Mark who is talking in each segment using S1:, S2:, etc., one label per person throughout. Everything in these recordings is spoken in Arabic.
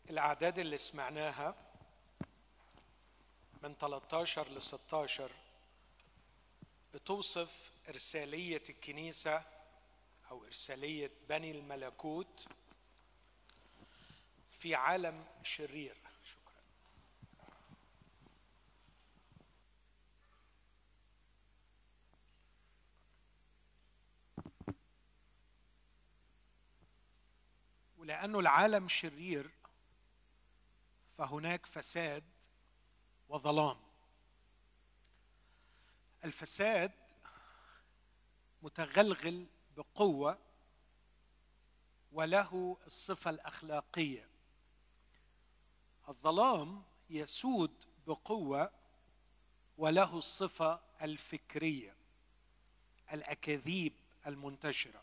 S1: الأعداد اللي سمعناها من 13 ل 16 بتوصف إرسالية الكنيسة أو إرسالية بني الملكوت في عالم شرير. شكرا. ولأنه العالم شرير فهناك فساد وظلام. الفساد متغلغل بقوة وله الصفة الأخلاقية. الظلام يسود بقوة وله الصفة الفكرية، الأكاذيب المنتشرة.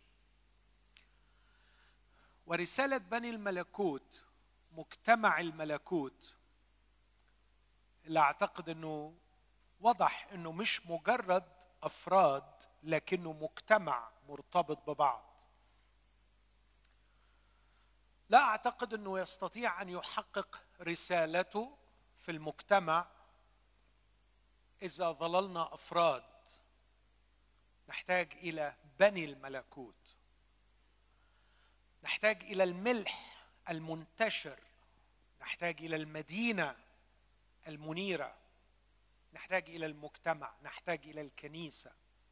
S1: ورسالة بني الملكوت، مجتمع الملكوت، اللي أعتقد أنه وضح أنه مش مجرد أفراد لكنه مجتمع مرتبط ببعض. لا أعتقد أنه يستطيع أن يحقق رسالته في المجتمع إذا ظللنا أفراد. نحتاج إلى بني الملكوت، نحتاج إلى الملح المنتشر، نحتاج إلى المدينة المنيرة، نحتاج إلى المجتمع، نحتاج إلى الكنيسة.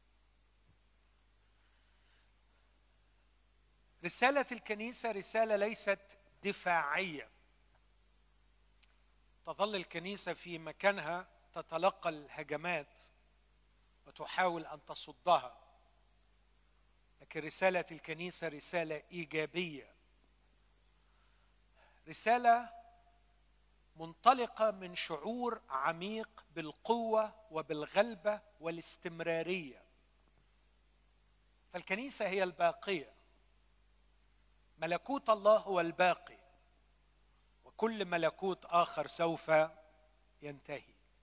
S1: رسالة الكنيسة رسالة ليست دفاعية. تظل الكنيسة في مكانها تتلقى الهجمات وتحاول أن تصدها، لكن رسالة الكنيسة رسالة إيجابية، رسالة منطلقة من شعور عميق بالقوة وبالغلبة والاستمرارية. فالكنيسة هي الباقية، ملكوت الله هو الباقي، وكل ملكوت آخر سوف ينتهي.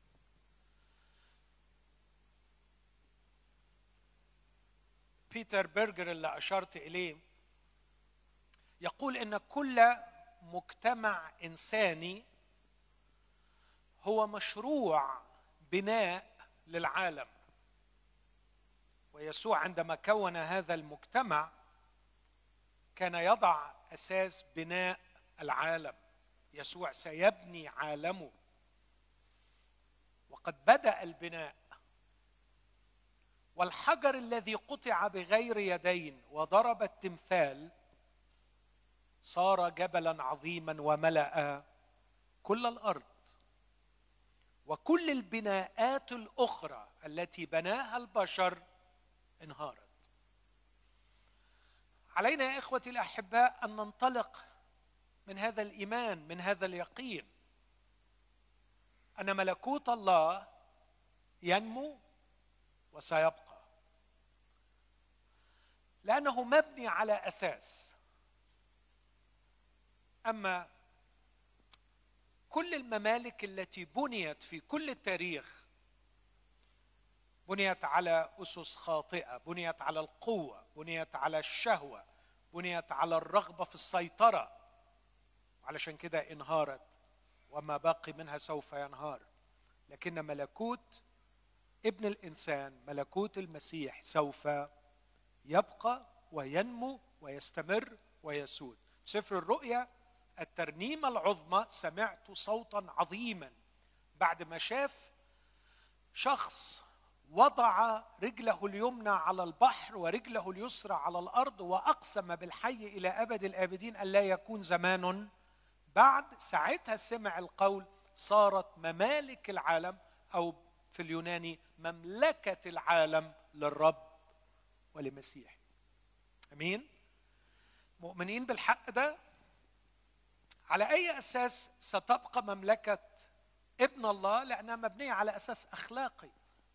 S1: بيتر بيرجر اللي أشرت إليه يقول إن كل مجتمع إنساني هو مشروع بناء للعالم. ويسوع عندما كون هذا المجتمع كان يضع أساس بناء العالم. يسوع سيبني عالمه، وقد بدأ البناء. والحجر الذي قطع بغير يدين وضرب التمثال صار جبلا عظيما وملأ كل الأرض. وكل البناءات الأخرى التي بناها البشر انهارت. علينا يا إخوتي الأحباء أن ننطلق من هذا الإيمان، من هذا اليقين، أن ملكوت الله ينمو وسيبقى، لأنه مبني على أساس. أما كل الممالك التي بنيت في كل التاريخ بنيت على أسس خاطئة، بنيت على القوة، بنيت على الشهوة، بنيت على الرغبة في السيطرة، علشان كده انهارت، وما باقي منها سوف ينهار. لكن ملكوت ابن الإنسان، ملكوت المسيح، سوف يبقى وينمو ويستمر ويسود. سفر الرؤيا الترنيمة العظمى: سمعت صوتا عظيما. بعد ما شاف شخص وضع رجله اليمنى على البحر ورجله اليسرى على الأرض وأقسم بالحي إلى أبد الآبدين أن لا يكون زمان بعد، ساعتها سمع القول: صارت ممالك العالم، أو في اليوناني مملكة العالم، للرب ولمسيح. أمين؟ مؤمنين بالحق ده؟ على أي أساس ستبقى مملكة ابن الله؟ لأنها مبنية على أساس أخلاقي.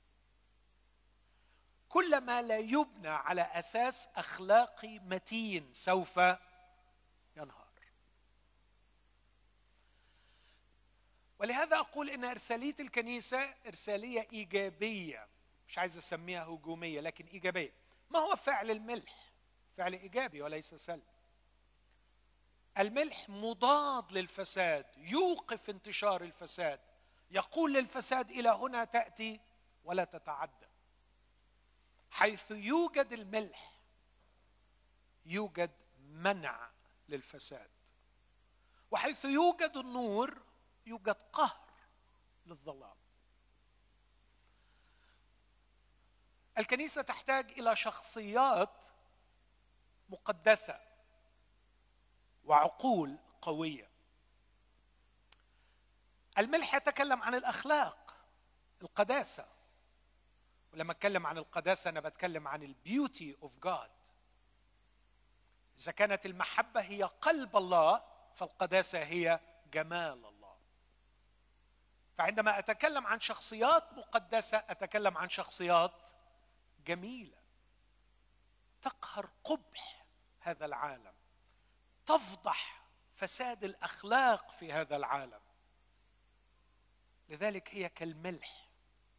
S1: كل ما لا يبنى على أساس أخلاقي متين سوف ينهار. ولهذا أقول إن إرسالية الكنيسة إرسالية إيجابية، مش عايز أسميها هجومية لكن إيجابية. ما هو فعل الملح؟ فعل إيجابي وليس سلبي. الملح مضاد للفساد، يوقف انتشار الفساد، يقول للفساد إلى هنا تأتي ولا تتعدى. حيث يوجد الملح يوجد منع للفساد، وحيث يوجد النور يوجد قهر للظلام. الكنيسة تحتاج إلى شخصيات مقدسة وعقول قوية. الملح يتكلم عن الأخلاق، القداسة، ولما أتكلم عن القداسة أنا بتكلم عن البيوتي أوف جاد. إذا كانت المحبة هي قلب الله فالقداسة هي جمال الله. فعندما أتكلم عن شخصيات مقدسة أتكلم عن شخصيات جميلة تقهر قبح هذا العالم، تفضح فساد الأخلاق في هذا العالم. لذلك هي كالملح.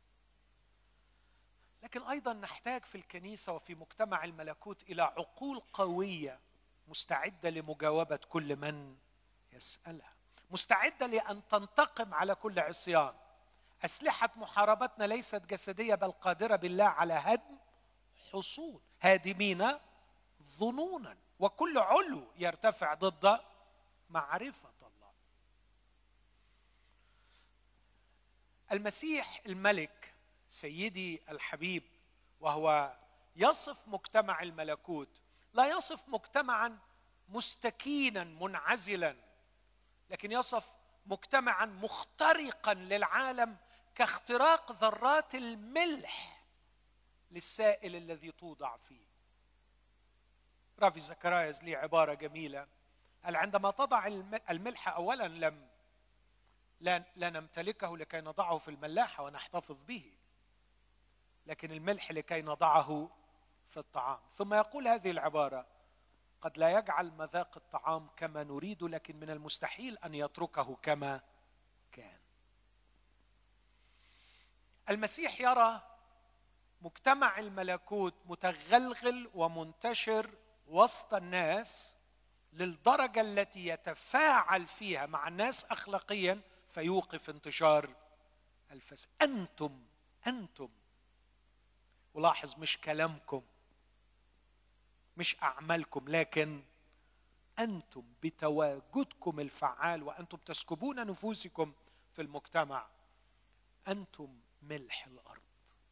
S1: لكن أيضا نحتاج في الكنيسة وفي مجتمع الملكوت إلى عقول قوية مستعدة لمجاوبة كل من يسألها، مستعدة لأن تنتقم على كل عصيان. أسلحة محاربتنا ليست جسدية بل قادرة بالله على هدم حصون، هادمين ظنونا وكل علو يرتفع ضد معرفة الله. المسيح الملك سيدي الحبيب وهو يصف مجتمع الملكوت لا يصف مجتمعا مستكينا منعزلا، لكن يصف مجتمعا مخترقا للعالم كاختراق ذرات الملح للسائل الذي توضع فيه. رافي زكراياس لي عبارة جميلة، قال عندما تضع الملح أولا لا نمتلكه لكي نضعه في الملاحة ونحتفظ به، لكن الملح لكي نضعه في الطعام. ثم يقول هذه العبارة: قد لا يجعل مذاق الطعام كما نريد، لكن من المستحيل أن يتركه كما كان. المسيح يرى مجتمع الملكوت متغلغل ومنتشر وسط الناس للدرجة التي يتفاعل فيها مع الناس أخلاقيا فيوقف انتشار الفساد. أنتم ولاحظ مش كلامكم مش أعمالكم، لكن أنتم بتواجدكم الفعال وأنتم تسكبون نفوسكم في المجتمع، أنتم ملح الأرض.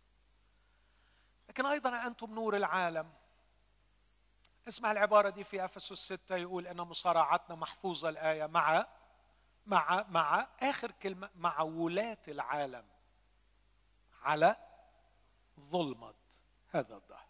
S1: لكن أيضا أنتم نور العالم. اسمع العبارة دي في أفسس 6 يقول أن مصارعتنا محفوظة الآية مع آخر كلمة مع ولاة العالم على ظلمة هذا الدهر.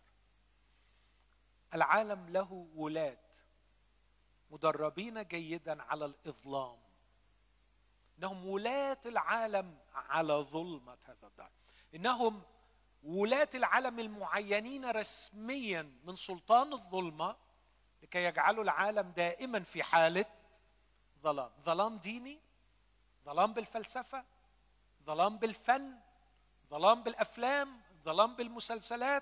S1: العالم له ولاة مدربين جيدا على الإظلام، إنهم ولاة العالم على ظلمة هذا الدهر، إنهم ولاة العالم المعينين رسميا من سلطان الظلمة لكي يجعلوا العالم دائما في حالة ظلام ديني، ظلام بالفلسفة، ظلام بالفن، ظلام بالأفلام، ظلام بالمسلسلات.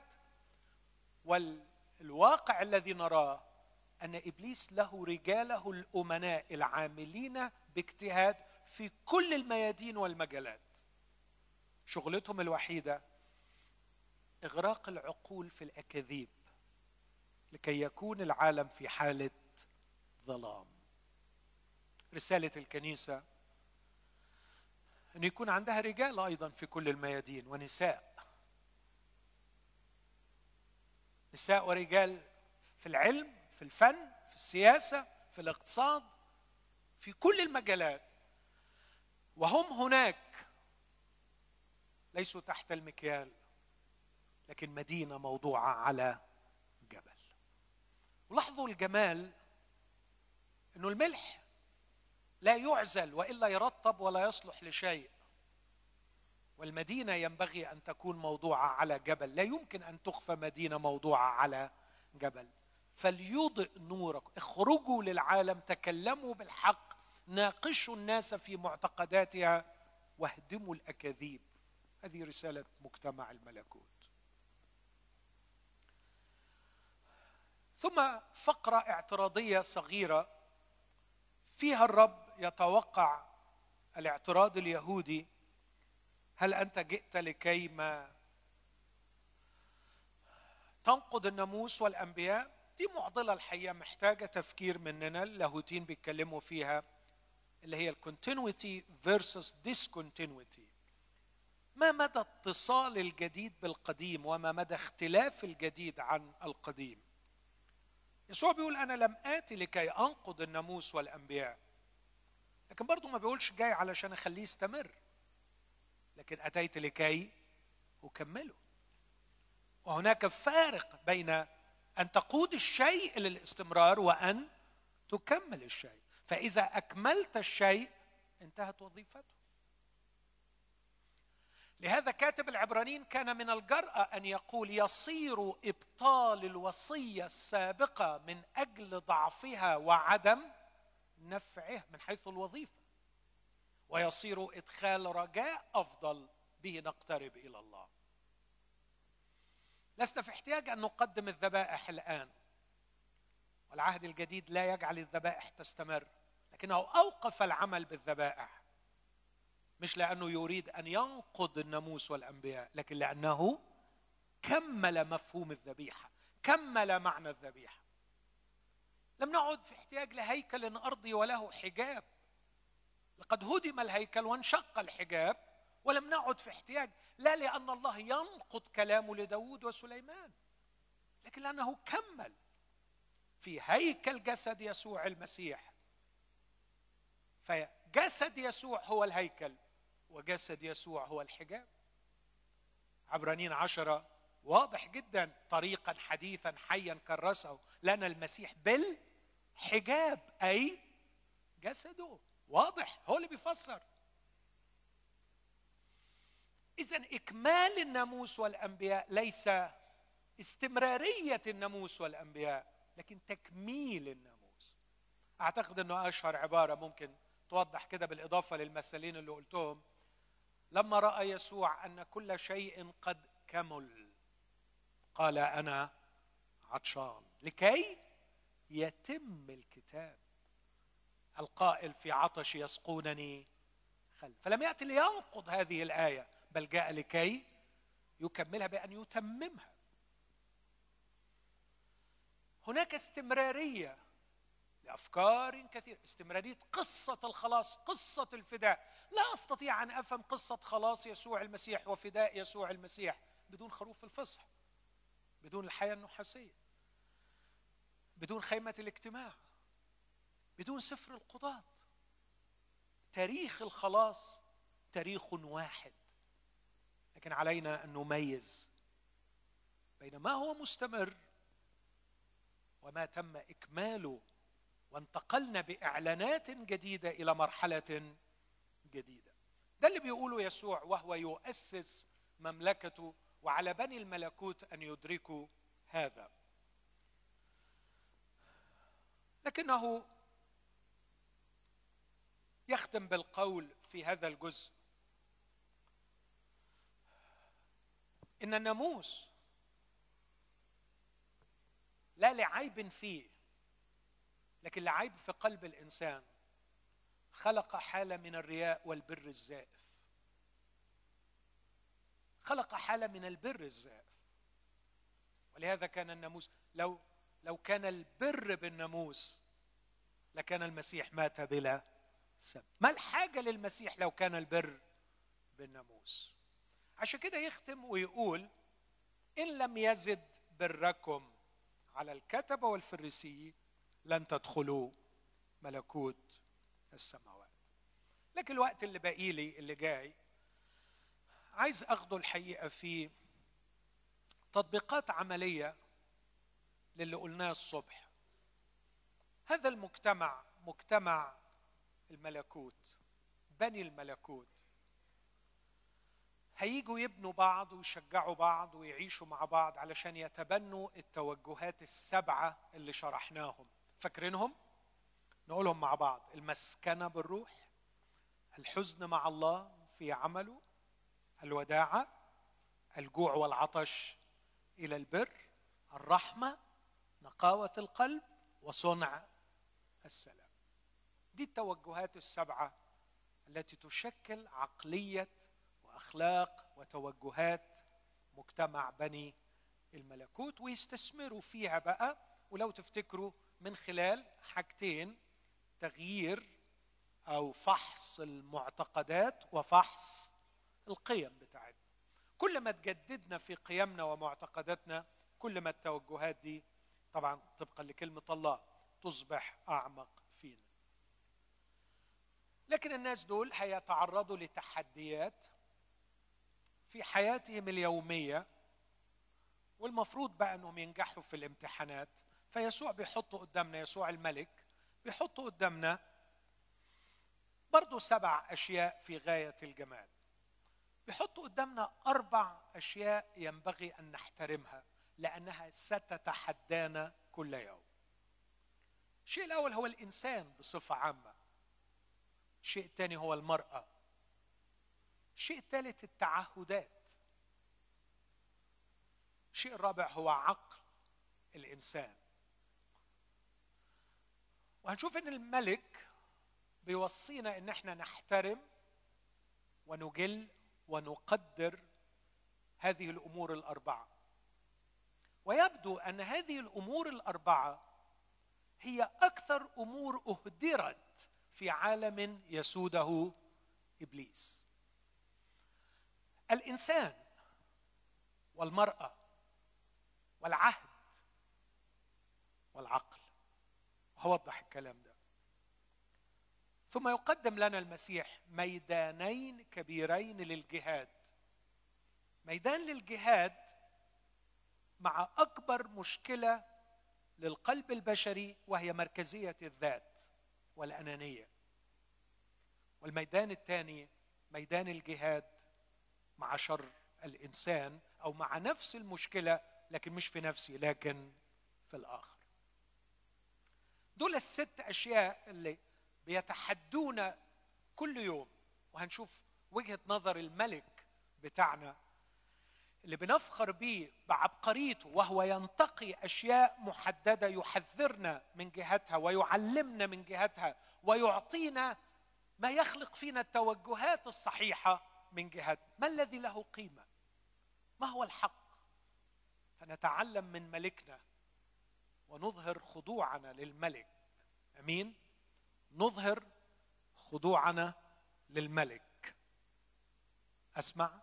S1: والواقع الذي نراه أن إبليس له رجاله الأمناء العاملين باجتهاد في كل الميادين والمجالات، شغلتهم الوحيدة إغراق العقول في الأكاذيب لكي يكون العالم في حالة ظلام. رسالة الكنيسة أن يكون عندها رجال أيضا في كل الميادين ونساء، نساء ورجال في العلم، في الفن، في السياسة، في الاقتصاد، في كل المجالات، وهم هناك ليسوا تحت المكيال لكن مدينة موضوعة على جبل. ولاحظوا الجمال، إنه الملح لا يعزل وإلا يرطب ولا يصلح لشيء، والمدينة ينبغي أن تكون موضوعة على جبل. لا يمكن أن تخفى مدينة موضوعة على جبل. فليضئ نوركم، اخرجوا للعالم، تكلموا بالحق، ناقشوا الناس في معتقداتها واهدموا الأكاذيب. هذه رسالة مجتمع الملكوت. ثم فقرة اعتراضية صغيرة فيها الرب يتوقع الاعتراض اليهودي: هل أنت جئت لكي ما تنقض الناموس والأنبياء؟ دي معضلة الحقيقة محتاجة تفكير مننا. اللاهوتيين بيتكلموا فيها، اللي هي الكونتينويتي versus discontinuity. ما مدى اتصال الجديد بالقديم وما مدى اختلاف الجديد عن القديم؟ يسوع بيقول أنا لم آتي لكي أنقض الناموس والأنبياء، لكن برضو ما بيقولش جاي علشان أخليه يستمر، لكن أتيت لكي أكمله. وهناك فارق بين أن تقود الشيء للاستمرار وأن تكمل الشيء. فإذا أكملت الشيء انتهت وظيفته. لهذا كاتب العبرانيين كان من الجرأة أن يقول: يصير إبطال الوصية السابقة من أجل ضعفها وعدم نفعها من حيث الوظيفة، ويصير إدخال رجاء أفضل به نقترب إلى الله. لسنا في احتياج أن نقدم الذبائح الآن، والعهد الجديد لا يجعل الذبائح تستمر، لكنه أوقف العمل بالذبائح، مش لأنه يريد أن ينقض الناموس والأنبياء، لكن لأنه كمل مفهوم الذبيحة، كمل معنى الذبيحة. لم نعد في احتياج لهيكل أرضي وله حجاب، لقد هدم الهيكل وانشق الحجاب، ولم نعد في احتياج، لا لأن الله ينقض كلامه لداود وسليمان، لكن لأنه كمل في هيكل جسد يسوع المسيح. فجسد يسوع هو الهيكل، وجسد يسوع هو الحجاب. عبرانيين 10 واضح جدا: طريقا حديثا حيا كرسه لنا المسيح بالحجاب، أي جسده. واضح، هو اللي بيفسر. إذن إكمال الناموس والأنبياء ليس استمرارية الناموس والأنبياء، لكن تكميل الناموس. أعتقد أنه أشهر عبارة ممكن توضح كده، بالإضافة للمثلين اللي قلتهم: لما رأى يسوع أن كل شيء قد كمل قال أنا عطشان لكي يتم الكتاب القائل في عطش يسقونني خل. فلم يأتي لينقض هذه الآية، بل جاء لكي يكملها بأن يتممها. هناك استمرارية لأفكار كثيرة، استمرارية قصة الخلاص، قصة الفداء. لا أستطيع أن أفهم قصة خلاص يسوع المسيح وفداء يسوع المسيح بدون خروف الفصح، بدون الحياة النحاسية، بدون خيمة الاجتماع، بدون سفر القضاة. تاريخ الخلاص تاريخ واحد، لكن علينا أن نميز بين ما هو مستمر وما تم إكماله، وانتقلنا بإعلانات جديدة إلى مرحلة جديدة. ده اللي بيقوله يسوع وهو يؤسس مملكته، وعلى بني الملكوت أن يدركوا هذا. لكنه يختم بالقول في هذا الجزء: إن الناموس لا لعيب فيه، لكن لعيب في قلب الإنسان، خلق حالة من الرياء والبر الزائف. خلق حالة من البر الزائف. ولهذا كان الناموس، لو كان البر بالناموس لكان المسيح مات بلا سبب. ما الحاجة للمسيح لو كان البر بالناموس؟ عشان كده يختم ويقول: إن لم يزد بركم على الكتبة والفريسيين لن تدخلوا ملكوت السماوات. لكن الوقت اللي باقي لي اللي جاي عايز أخده الحقيقة في تطبيقات عملية للي قلناه الصبح. هذا المجتمع، مجتمع الملكوت، بني الملكوت، هيجوا يبنوا بعض ويشجعوا بعض ويعيشوا مع بعض علشان يتبنوا التوجهات السبعة اللي شرحناهم. فاكرينهم؟ نقولهم مع بعض: المسكنة بالروح، الحزن مع الله في عمله، الوداعة، الجوع والعطش إلى البر، الرحمة، نقاوة القلب، وصنع السلام. دي التوجهات السبعة التي تشكل عقلية وأخلاق وتوجهات مجتمع بني الملكوت، ويستثمروا فيها بقى. ولو تفتكروا من خلال حاجتين: تغيير أو فحص المعتقدات وفحص القيم بتاعتنا. كل ما تجددنا في قيمنا ومعتقداتنا كل ما التوجهات دي طبعا طبقا لكلمة الله تصبح أعمق فينا. لكن الناس دول هيتعرضوا لتحديات في حياتهم اليومية، والمفروض بقى أنهم ينجحوا في الامتحانات. فيسوع بيحط قدامنا، يسوع الملك بيحط قدامنا برضو 7 أشياء في غاية الجمال. بيحط قدامنا 4 أشياء ينبغي أن نحترمها لأنها ستتحدانا كل يوم. الشيء الأول هو الإنسان بصفة عامة. الشيء الثاني هو المرأة. الشيء الثالث التعهدات. الشيء الرابع هو عقل الإنسان. وهنشوف أن الملك بيوصينا أن احنا نحترم ونجل ونقدر هذه الأمور ال4. ويبدو أن هذه الأمور ال4 هي أكثر أمور أهدرت في عالم يسوده إبليس: الإنسان والمرأة والعهد والعقل. هوضح الكلام ده. ثم يقدم لنا المسيح ميدانين كبيرين للجهاد. ميدان للجهاد مع أكبر مشكلة للقلب البشري، وهي مركزية الذات والأنانية. والميدان الثاني ميدان الجهاد مع شر الإنسان، أو مع نفس المشكلة لكن مش في نفسي لكن في الآخر. دول ال6 أشياء اللي بيتحدونا كل يوم. وهنشوف وجهة نظر الملك بتاعنا اللي بنفخر بيه بعبقريته، وهو ينتقي أشياء محددة يحذرنا من جهتها ويعلمنا من جهتها ويعطينا ما يخلق فينا التوجهات الصحيحة من جهتنا. ما الذي له قيمة؟ ما هو الحق؟ فنتعلم من ملكنا ونظهر خضوعنا للملك. أمين؟ نظهر خضوعنا للملك. أسمع؟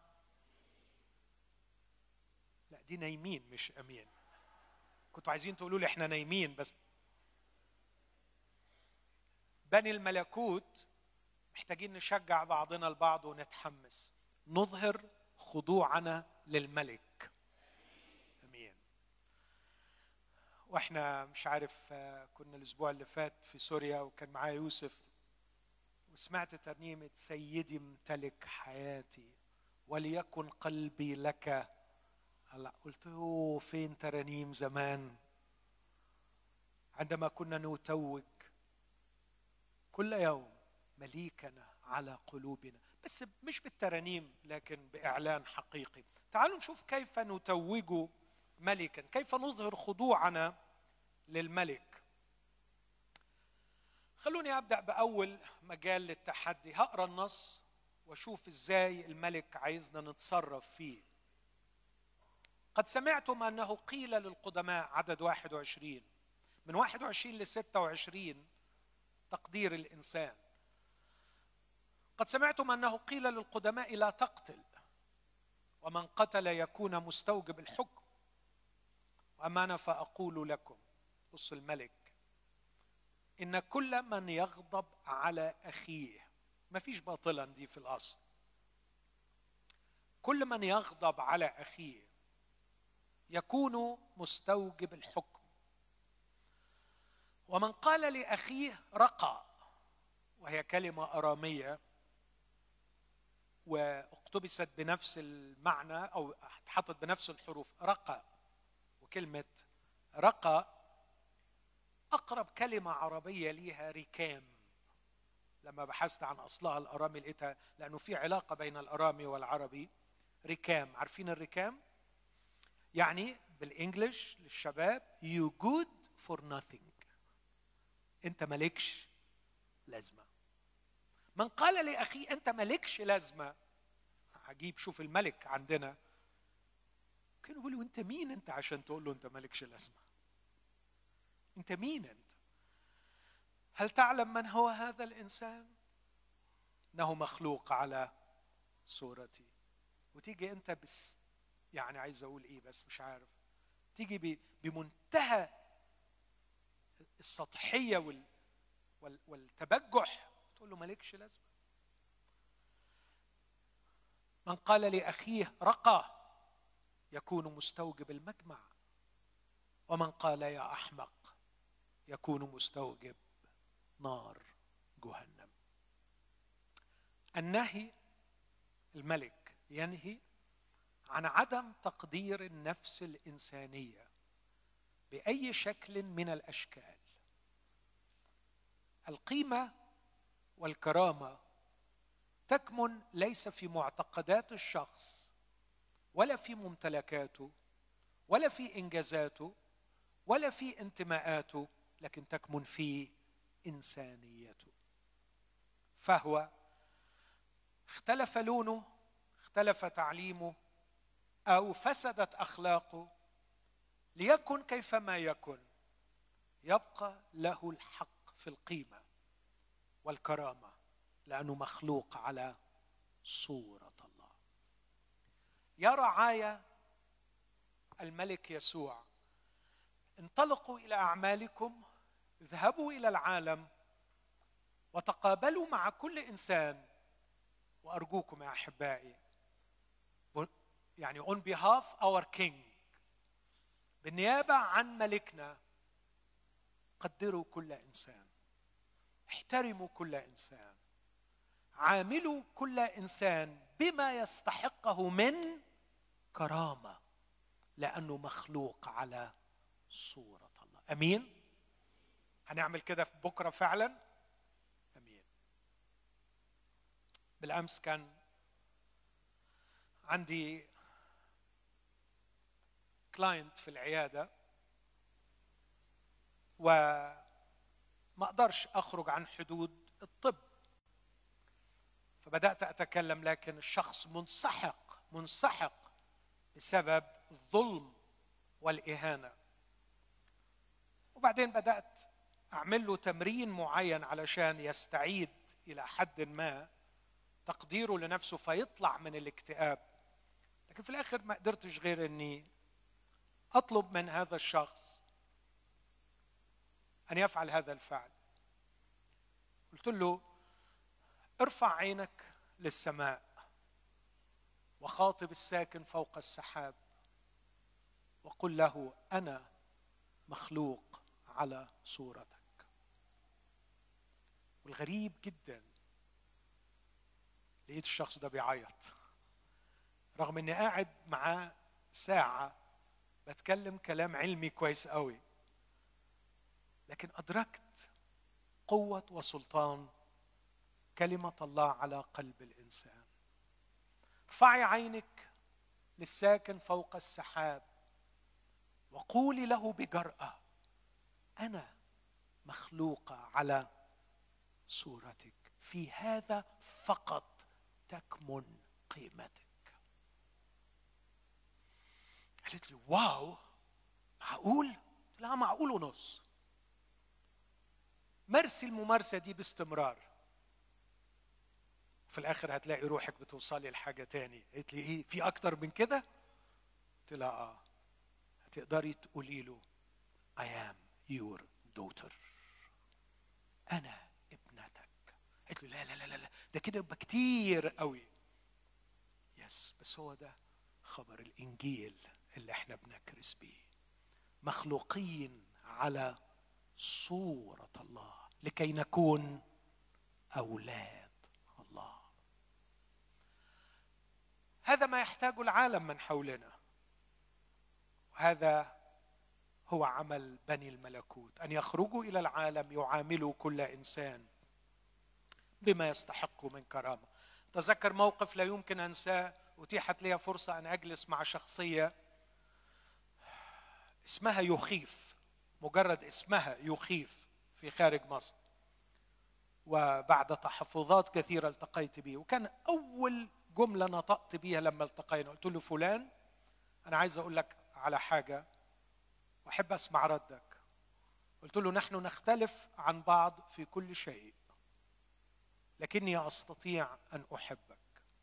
S1: لا، دي نايمين مش أمين. كنتوا عايزين تقولوا لي احنا نايمين بس. بني الملكوت محتاجين نشجع بعضنا البعض ونتحمس. نظهر خضوعنا للملك. أمين. واحنا مش عارف، كنا الأسبوع اللي فات في سوريا وكان معايا يوسف، وسمعت ترنيمة سيدي امتلك حياتي وليكن قلبي لك. هلا قلت له فين ترانيم زمان عندما كنا نتوج كل يوم مليكنا على قلوبنا، بس مش بالترانيم لكن بإعلان حقيقي. تعالوا نشوف كيف نتوج ملكا، كيف نظهر خضوعنا للملك. خلوني أبدأ بأول مجال للتحدي. هقرأ النص وشوف إزاي الملك عايزنا نتصرف فيه. قد سمعتم أنه قيل للقدماء، عدد 21، من 21 ل 26 تقدير الإنسان. قد سمعتم أنه قيل للقدماء لا تقتل، ومن قتل يكون مستوجب الحكم. وأما أنا فأقول لكم، بص الملك، إن كل من يغضب على أخيه، ما فيش باطلا دي في الأصل، كل من يغضب على أخيه يكون مستوجب الحكم. ومن قال لأخيه رقى، وهي كلمة أرامية واقتبست بنفس المعنى أو اتحطت بنفس الحروف، رقى. وكلمة رقى أقرب كلمة عربية ليها ركام. لما بحثت عن أصلها الأرامي لقيتها، لأنه في علاقة بين الأرامي والعربي. ركام، عارفين الركام؟ يعني بالإنجليش للشباب you good for nothing. أنت مالكش لازمة. من قال لأخيه أنت مالكش لازمة، عجيب، شوف الملك عندنا كانوا يقولوا أنت مين أنت عشان تقول له أنت مالكش لازمة؟ أنت مين أنت؟ هل تعلم من هو هذا الإنسان؟ إنه مخلوق على صورتي. وتيجي أنت بس يعني عايز أقول إيه بس مش عارف، تيجي بمنتهى السطحية والتبجح تقول له مالكش لازمة. من قال لأخيه رقى يكون مستوجب المجمع، ومن قال يا أحمق يكون مستوجب نار جهنم. النهي، الملك ينهي عن عدم تقدير النفس الإنسانية بأي شكل من الأشكال. القيمة والكرامة تكمن ليس في معتقدات الشخص ولا في ممتلكاته ولا في إنجازاته ولا في انتماءاته، لكن تكمن في إنسانيته. فهو اختلف لونه، اختلف تعليمه، أو فسدت أخلاقه، ليكن كيفما يكن يبقى له الحق في القيمة والكرامة، لأنه مخلوق على صورة الله. يا رعايا الملك يسوع، انطلقوا إلى أعمالكم، اذهبوا إلى العالم وتقابلوا مع كل إنسان. وأرجوكم يا أحبائي، يعني on behalf our king، بالنيابة عن ملكنا، قدروا كل إنسان، احترموا كل إنسان، عاملوا كل إنسان بما يستحقه من كرامة، لأنه مخلوق على صورة الله. أمين؟ هنعمل كده في بكرة فعلا؟ أمين. بالأمس كان عندي كلاينت في العيادة، وما أقدرش أخرج عن حدود الطب، فبدأت أتكلم، لكن الشخص منسحق بسبب الظلم والإهانة. وبعدين بدأت أعمل له تمرين معين علشان يستعيد إلى حد ما تقديره لنفسه فيطلع من الاكتئاب. لكن في الآخر ما قدرتش غير أني أطلب من هذا الشخص أن يفعل هذا الفعل. قلت له ارفع عينك للسماء وخاطب الساكن فوق السحاب وقل له أنا مخلوق على صورتك. والغريب جدا لقيت الشخص ده بيعيط، رغم اني قاعد معاه ساعة بتكلم كلام علمي كويس قوي، لكن أدركت قوة وسلطان كلمة الله على قلب الإنسان. ارفعي عينك للساكن فوق السحاب وقولي له بجرأة أنا مخلوقة على صورتك، في هذا فقط تكمن قيمتك. قالت لي واو، معقول؟ لا، معقول ونص. مارسي الممارسة دي باستمرار، في الآخر هتلاقي روحك بتوصلي لحاجة تاني. قالت لي إيه، في أكتر من كده؟ قلت لها هتقدري تقولي له I am your daughter، أنا ابنتك. قالت لي لا لا لا لا، ده كده يبقى كتير قوي. يس، بس هو ده خبر الإنجيل اللي احنا بنكرس بيه، مخلوقين على صورة الله لكي نكون أولاد الله. هذا ما يحتاجه العالم من حولنا، وهذا هو عمل بني الملكوت، أن يخرجوا إلى العالم يعاملوا كل إنسان بما يستحق من كرامة. تذكر موقف لا يمكن أنساه، أتيحت لي فرصة أن أجلس مع شخصية اسمها يخيف، مجرد اسمها يخيف، في خارج مصر. وبعد تحفظات كثيرة التقيت به، وكان أول جملة نطقت بيها لما التقينا قلت له: فلان، أنا عايز أقول لك على حاجة وأحب أسمع ردك. قلت له: نحن نختلف عن بعض في كل شيء، لكني أستطيع أن أحبك.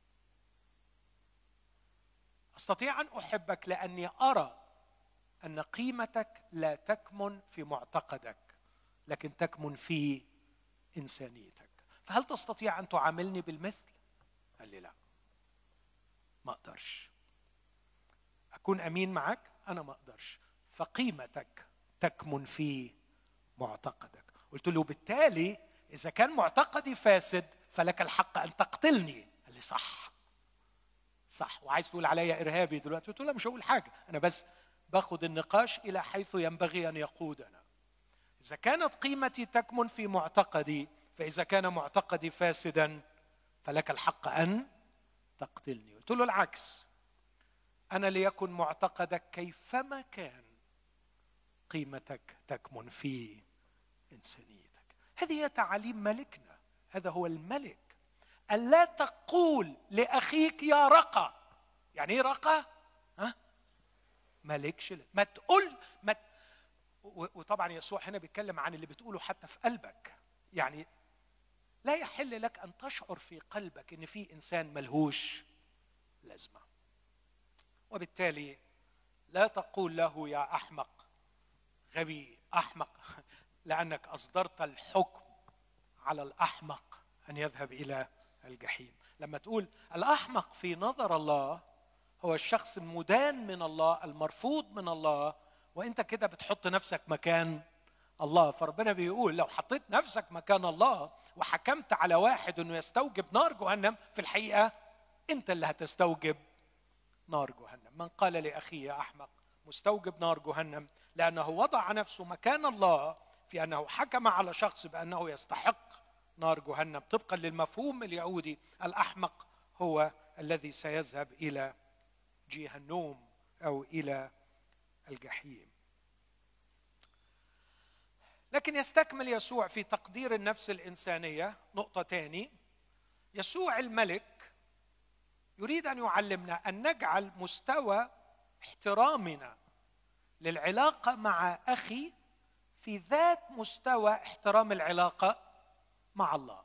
S1: أستطيع أن أحبك لأني أرى أن قيمتك لا تكمن في معتقدك، لكن تكمن في إنسانيتك. فهل تستطيع أن تعاملني بالمثل؟ قال لي: لا، ما أقدرش أكون أمين معك، أنا ما أقدرش. فقيمتك تكمن في معتقدك. قلت له: بالتالي إذا كان معتقدي فاسد فلك الحق أن تقتلني. قال لي: صح. وعايز تقول عليا إرهابي دلوقتي؟ قلت له: لا، مش هقول حاجة، أنا بس باخد النقاش إلى حيث ينبغي أن يقودنا. إذا كانت قيمتي تكمن في معتقدي، فإذا كان معتقدي فاسدا فلك الحق أن تقتلني. قلت له: العكس، أنا ليكن معتقدك كيفما كان، قيمتك تكمن في إنسانيتك. هذه هي تعاليم ملكنا، هذا هو الملك. ألا تقول لأخيك يا رقة. يعني إيه رقة؟ مالكش، ما تقول وطبعا يسوع هنا بيتكلم عن اللي بتقوله حتى في قلبك. يعني لا يحل لك أن تشعر في قلبك إن في إنسان ملهوش لازمة، وبالتالي لا تقول له يا أحمق، غبي، أحمق، لأنك أصدرت الحكم على الأحمق أن يذهب إلى الجحيم. لما تقول الأحمق في نظر الله هو الشخص المدان من الله، المرفوض من الله، وانت كده بتحط نفسك مكان الله. فربنا بيقول لو حطيت نفسك مكان الله وحكمت على واحد انه يستوجب نار جهنم، في الحقيقة انت اللي هتستوجب نار جهنم. من قال لأخيه يا أحمق مستوجب نار جهنم، لأنه وضع نفسه مكان الله في أنه حكم على شخص بأنه يستحق نار جهنم. طبقا للمفهوم اليهودي، الأحمق هو الذي سيذهب إلى جهنم أو إلى الجحيم. لكن يستكمل يسوع في تقدير النفس الإنسانية نقطة تاني. يسوع الملك يريد أن يعلمنا أن نجعل مستوى احترامنا للعلاقة مع أخي في ذات مستوى احترام العلاقة مع الله.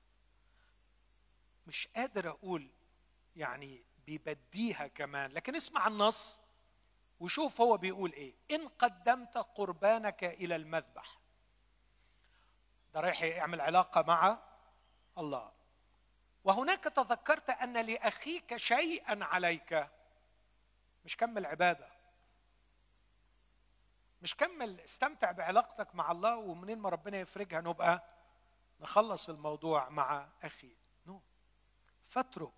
S1: مش قادر أقول يعني بيبديها كمان، لكن اسمع النص وشوف هو بيقول إيه. إن قدمت قربانك إلى المذبح، ده رايح يعمل علاقة مع الله، وهناك تذكرت أن لأخيك شيئا عليك، مش كمل عبادة، مش كمل استمتع بعلاقتك مع الله، ومنين ما ربنا يفرجها نبقى نخلص الموضوع مع أخي. فاترك.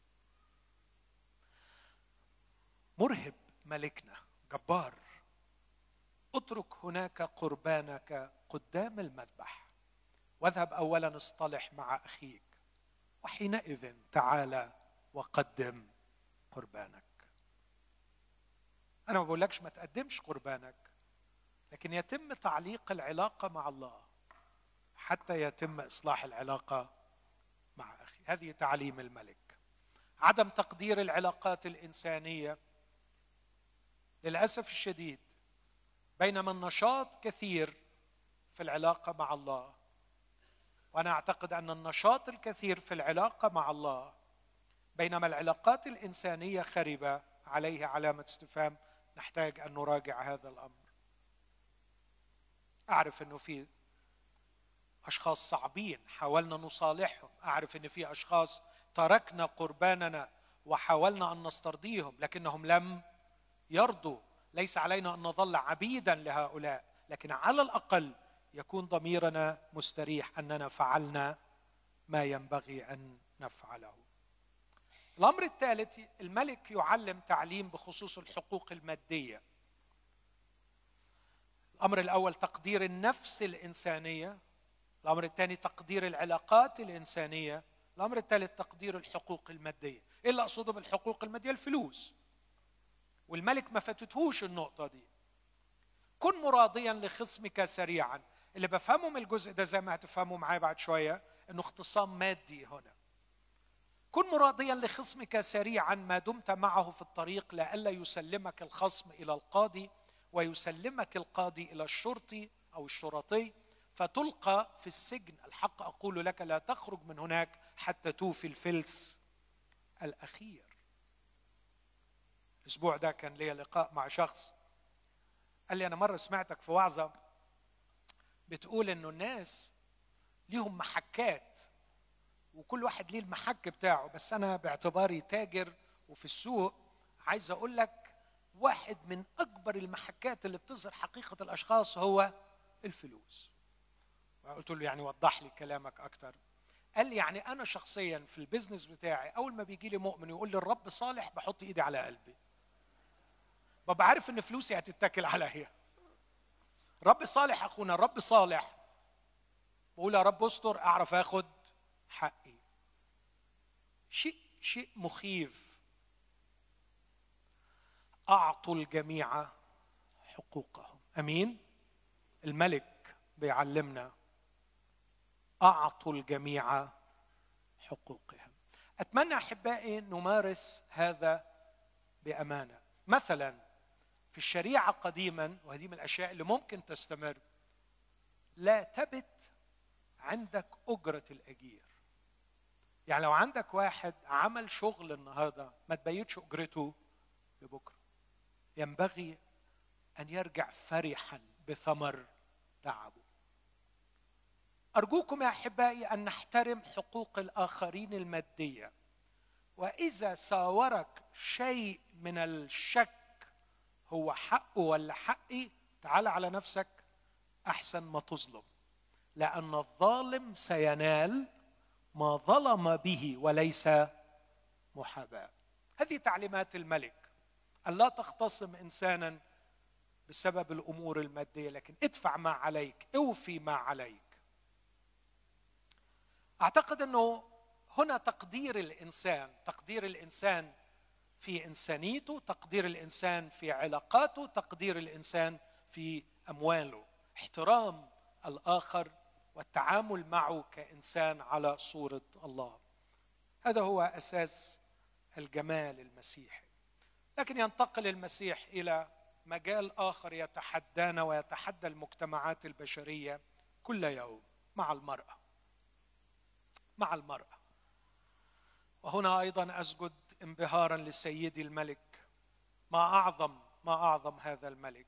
S1: مرهب ملكنا جبار. اترك هناك قربانك قدام المذبح، واذهب أولا اصطلح مع أخيك، وحينئذ تعال وقدم قربانك. أنا ما بقولكش ما تقدمش قربانك، لكن يتم تعليق العلاقة مع الله حتى يتم إصلاح العلاقة مع أخي. هذه تعليم الملك. عدم تقدير العلاقات الإنسانية للأسف الشديد، بينما النشاط كثير في العلاقة مع الله، وأنا أعتقد أن النشاط الكثير في العلاقة مع الله، بينما العلاقات الإنسانية خربة، عليه علامة استفهام. نحتاج أن نراجع هذا الأمر. أعرف أنه في أشخاص صعبين حاولنا نصالحهم، أعرف أن في أشخاص تركنا قرباننا وحاولنا أن نسترضيهم لكنهم لم يرضوا. ليس علينا أن نظل عبيدا لهؤلاء، لكن على الأقل يكون ضميرنا مستريح أننا فعلنا ما ينبغي أن نفعله. الأمر الثالث، الملك يعلم تعليم بخصوص الحقوق المادية. الأمر الأول تقدير النفس الإنسانية، الأمر الثاني تقدير العلاقات الإنسانية، الأمر الثالث تقدير الحقوق المادية. إيه اللي أقصده بالحقوق المادية؟ الفلوس. والملك ما فاتتهوش النقطة دي. كن مراضيا لخصمك سريعا. اللي بفهمه من الجزء ده زي ما هتفهموا معايا بعد شوية انه اختصام مادي هنا. كن مراضيا لخصمك سريعا ما دمت معه في الطريق، لئلا يسلمك الخصم الى القاضي ويسلمك القاضي الى الشرطي او الشرطي فتلقى في السجن. الحق اقول لك لا تخرج من هناك حتى توفي الفلس الاخير. الاسبوع ده كان لي لقاء مع شخص قال لي انا مره سمعتك في وعظه بتقول انه الناس ليهم محكات وكل واحد ليه المحك بتاعه، بس انا باعتباري تاجر وفي السوق عايز اقول لك واحد من اكبر المحكات اللي بتظهر حقيقه الاشخاص هو الفلوس. قلت له يعني وضح لي كلامك اكتر. قال لي يعني انا شخصيا في البيزنس بتاعي اول ما بيجي لي مؤمن يقول لي الرب صالح بحط ايدي على قلبي، ببقى عارف ان فلوسي هتتكل عليا. رب صالح اخونا، الرب صالح، بقول يا رب استر اعرف اخد حقي. شيء مخيف. اعطوا الجميع حقوقهم. امين. الملك بيعلمنا اعطوا الجميع حقوقهم. اتمنى احبائي نمارس هذا بامانه. مثلا في الشريعه قديما، وهذه من الاشياء اللي ممكن تستمر، لا تبت عندك اجره الاجير. يعني لو عندك واحد عمل شغل النهارده ما تبيتش اجرته لبكره، ينبغي ان يرجع فرحا بثمر تعبه. ارجوكم يا احبائي ان نحترم حقوق الاخرين الماديه، واذا ساورك شيء من الشك هو حقه ولا حقي، تعال على نفسك احسن ما تظلم، لان الظالم سينال ما ظلم به وليس محاباه. هذه تعليمات الملك، ألا تختصم إنسانا بسبب الأمور المادية، لكن ادفع ما عليك، اوفي ما عليك. أعتقد أنه هنا تقدير الإنسان في إنسانيته، تقدير الإنسان في علاقاته، تقدير الإنسان في أمواله، احترام الآخر والتعامل معه كإنسان على صورة الله. هذا هو أساس الجمال المسيحي. لكن ينتقل المسيح إلى مجال آخر يتحدانا ويتحدى المجتمعات البشرية كل يوم، مع المرأة. وهنا أيضا أسجد انبهارا لسيدي الملك. ما أعظم هذا الملك.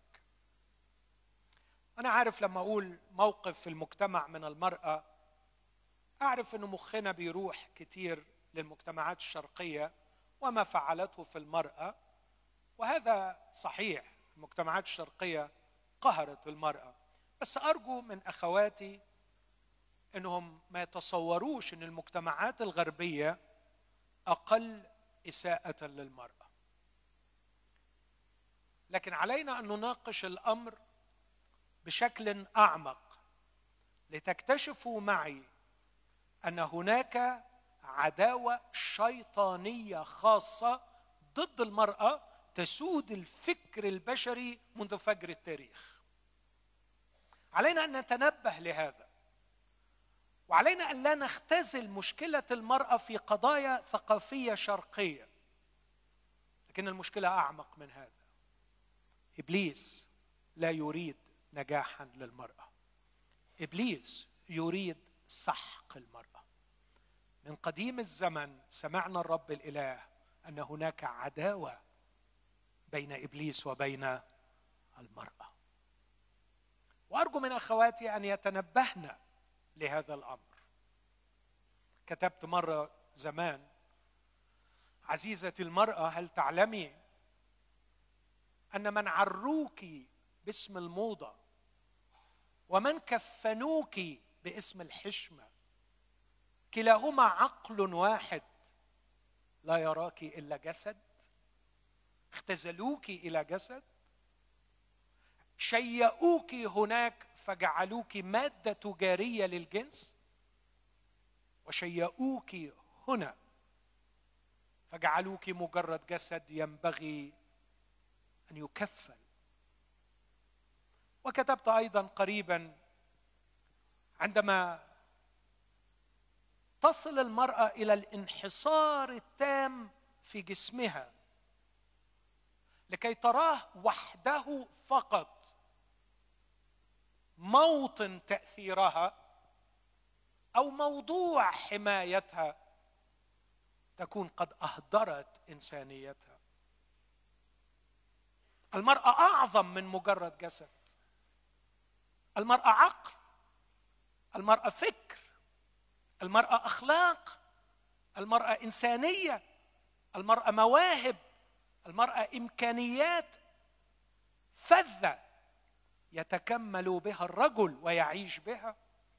S1: أنا عارف لما أقول موقف في المجتمع من المرأة أعرف أنه مخنا بيروح كتير للمجتمعات الشرقية وما فعلته في المرأة، وهذا صحيح، المجتمعات الشرقية قهرت المرأة، بس أرجو من أخواتي أنهم ما يتصوروش أن المجتمعات الغربية أقل إساءة للمرأة. لكن علينا أن نناقش الأمر بشكل أعمق لتكتشفوا معي أن هناك عداوة شيطانية خاصة ضد المرأة تسود الفكر البشري منذ فجر التاريخ. علينا أن نتنبه لهذا، وعلينا أن لا نختزل مشكلة المرأة في قضايا ثقافية شرقية، لكن المشكلة أعمق من هذا. إبليس لا يريد نجاحا للمرأة، إبليس يريد سحق المرأة. من قديم الزمن سمعنا الرب الإله أن هناك عداوة بين إبليس وبين المرأة، وأرجو من أخواتي أن يتنبهن لهذا الأمر. كتبت مرة زمان: عزيزتي المرأة، هل تعلمي أن من عروك باسم الموضة ومن كفنوك باسم الحشمة كلاهما عقل واحد، لا يراك إلا جسد، اختزلوك إلى جسد، شيئوك هناك فجعلوك مادة تجارية للجنس، وشيئوك هنا فجعلوك مجرد جسد ينبغي أن يكفن. وكتبت أيضا قريبا عندما تصل المرأة إلى الانحصار التام في جسمها لكي تراه وحده فقط موطن تأثيرها أو موضوع حمايتها، تكون قد أهدرت إنسانيتها. المرأة أعظم من مجرد جسد. المرأة عقل، المرأة فكر، المرأة أخلاق، المرأة إنسانية، المرأة مواهب، المرأة إمكانيات فذة يتكمل بها الرجل ويعيش بها.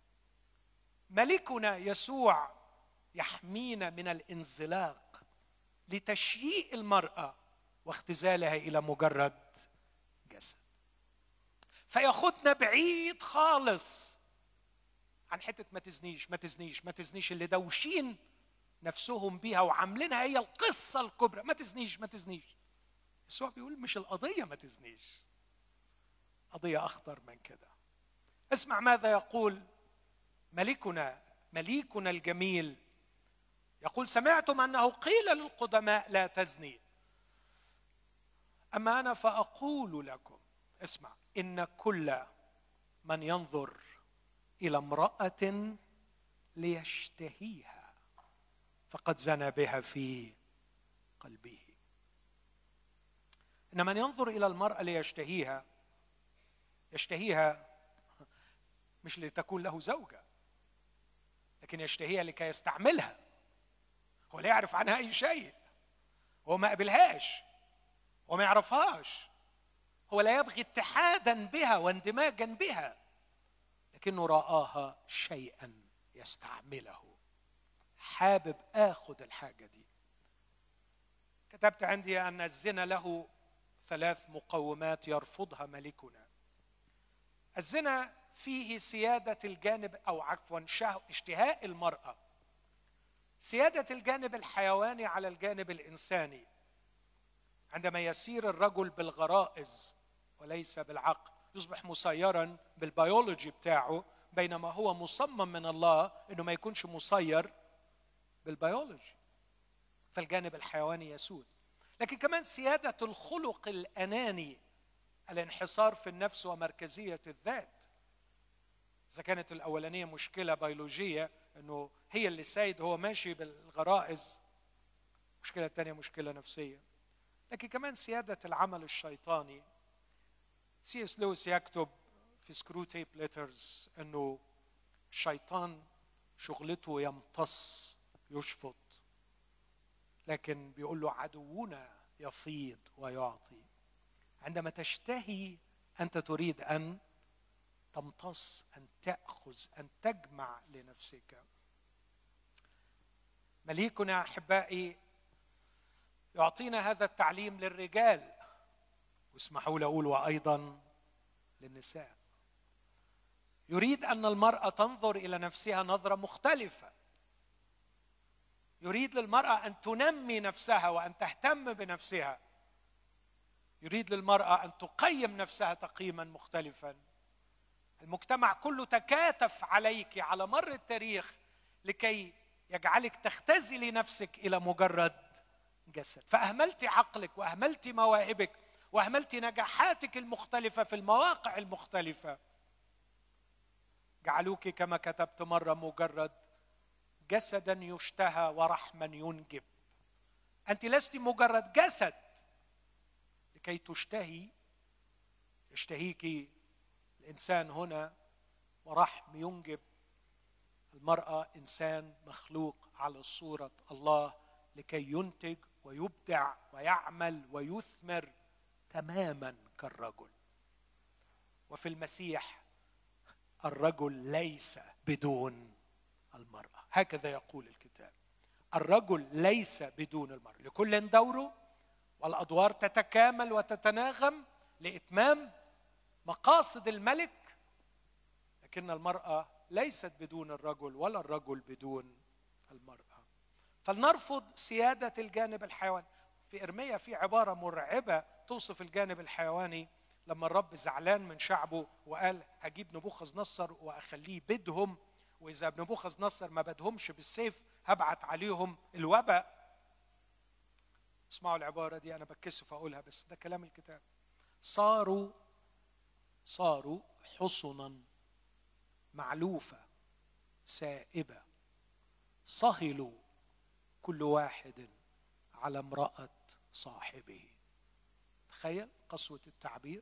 S1: ملكنا يسوع يحمينا من الانزلاق لتشييء المرأة واختزالها إلى مجرد جسد، فياخدنا بعيد خالص عن حتة ما تزنيش ما تزنيش ما تزنيش اللي دوشين نفسهم بيها وعاملينها هي القصة الكبرى. ما تزنيش ما تزنيش. يسوع بيقول مش القضية ما تزنيش، قضية أخطر من كده. اسمع ماذا يقول مليكنا الجميل. يقول: سمعتم أنه قيل للقدماء لا تزني، أما أنا فأقول لكم، اسمع، إن كل من ينظر إلى امرأة ليشتهيها فقد زنى بها في قلبه. إن من ينظر إلى المرأة ليشتهيها، يشتهيها مش لتكون له زوجة، لكن يشتهيها لكي يستعملها. هو لا يعرف عنها أي شيء، هو ما قبلهاش، هو ما يعرفهاش، هو لا يبغي اتحادا بها واندماجا بها، لكنه رآها شيئا يستعمله. حابب آخذ الحاجة دي. كتبت عندي أن الزنا له 3 مقومات يرفضها ملكنا. الزنا فيه سيادة الجانب، أو عفوا اشتهاء المرأة، سيادة الجانب الحيواني على الجانب الإنساني. عندما يسير الرجل بالغرائز وليس بالعقل يصبح مسيرا بالبيولوجي بتاعه، بينما هو مصمم من الله انه ما يكونش مسير بالبيولوجي، فالجانب الحيواني يسود. لكن كمان سيادة الخلق الأناني، الانحصار في النفس ومركزية الذات. إذا كانت الأولانية مشكلة بيولوجية أنه هي اللي سيد، هو ماشي بالغرائز، المشكلة الثانية مشكلة نفسية. لكن كمان سيادة العمل الشيطاني. سي.اس. لويس يكتب في سكرو تيب ليترز أنه الشيطان شغلته يمتص يشفط، لكن بيقول له عدونا يفيض ويعطي. عندما تشتهي أنت تريد أن تمتص، أن تأخذ، أن تجمع لنفسك. مليكنا أحبائي يعطينا هذا التعليم للرجال، واسمحوا لي أقول وأيضا للنساء. يريد أن المرأة تنظر إلى نفسها نظرة مختلفة. يريد للمرأة أن تنمي نفسها وأن تهتم بنفسها. يريد للمرأة أن تقيم نفسها تقييما مختلفا. المجتمع كله تكاتف عليك على مر التاريخ لكي يجعلك تختزلي نفسك إلى مجرد جسد، فأهملت عقلك وأهملت مواهبك وأهملت نجاحاتك المختلفة في المواقع المختلفة. جعلوك كما كتبت مرة مجرد جسدا يشتهى ورحما ينجب. أنت لست مجرد جسد لكي تشتهي، يشتهيك الإنسان هنا ورحم ينجب. المرأة إنسان مخلوق على صورة الله لكي ينتج ويبدع ويعمل ويثمر تماما كالرجل. وفي المسيح الرجل ليس بدون المرأة، هكذا يقول الكتاب. الرجل ليس بدون المرأة، لكل دوره، والأدوار تتكامل وتتناغم لإتمام مقاصد الملك، لكن المرأة ليست بدون الرجل ولا الرجل بدون المرأة. فلنرفض سيادة الجانب الحيواني. في إرميا في عبارة مرعبة توصف الجانب الحيواني، لما الرب زعلان من شعبه وقال هجيب نبوخذ نصر واخليه بدهم، واذا نبوخذ نصر ما بدهمش بالسيف هبعت عليهم الوباء. اسمعوا العبارة دي، انا بتكسف اقولها بس ده كلام الكتاب. صاروا حصنا معلوفة سائبة، صهلوا كل واحد على امرأة صاحبه. تخيل قسوة التعبير.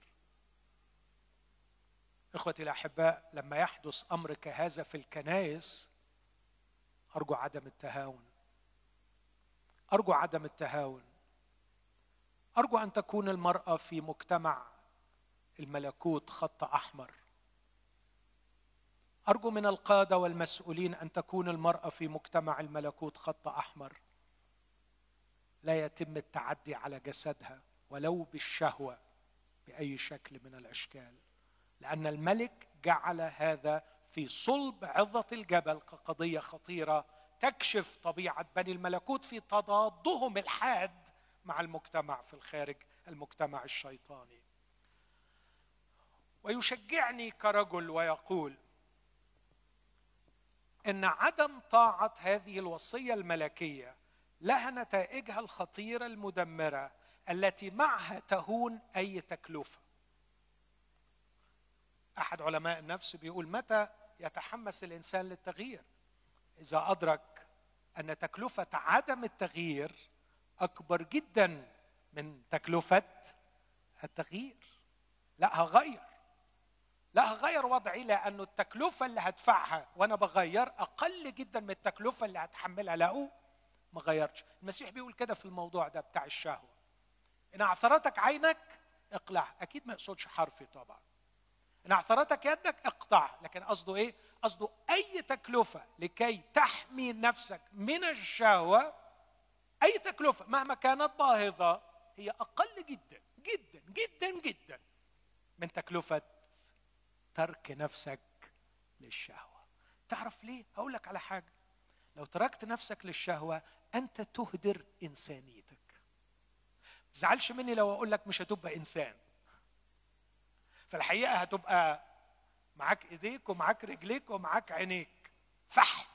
S1: اخوتي الاحباء، لما يحدث امر كهذا في الكنائس ارجو عدم التهاون، ارجو عدم التهاون. ارجو ان تكون المرأة في مجتمع الملكوت خط احمر. ارجو من القادة والمسؤولين ان تكون المرأة في مجتمع الملكوت خط احمر، لا يتم التعدي على جسدها ولو بالشهوة بأي شكل من الأشكال، لأن الملك جعل هذا في صلب عظة الجبل كقضية خطيرة تكشف طبيعة بني الملكوت في تضادهم الحاد مع المجتمع في الخارج، المجتمع الشيطاني. ويشجعني كرجل ويقول إن عدم طاعة هذه الوصية الملكية لها نتائجها الخطيرة المدمرة التي معها تهون أي تكلفة. أحد علماء النفس بيقول متى يتحمس الإنسان للتغيير؟ إذا أدرك أن تكلفة عدم التغيير أكبر جدا من تكلفة التغيير. لا هغير وضعي، لأنه التكلفة اللي هدفعها وأنا بغير أقل جدا من التكلفة اللي هتحملها له ما غيرتش. المسيح بيقول كده في الموضوع ده بتاع الشهوة، إن أعثرتك عينك اقلع. أكيد ما يقصدش حرفي طبعا. إن أعثرتك يدك اقطع، لكن قصده إيه؟ قصده أي تكلفة لكي تحمي نفسك من الشهوة، أي تكلفة مهما كانت باهظة هي أقل جدا جدا جدا جدا من تكلفة ترك نفسك للشهوة. تعرف ليه؟ هقول لك على حاجة. لو تركت نفسك للشهوة أنت تهدر إنسانيتك. تزعلش مني لو أقول لك مش هتبقى إنسان. في الحقيقة هتبقى معاك إيديك ومعاك رجليك ومعاك عينيك، فحل،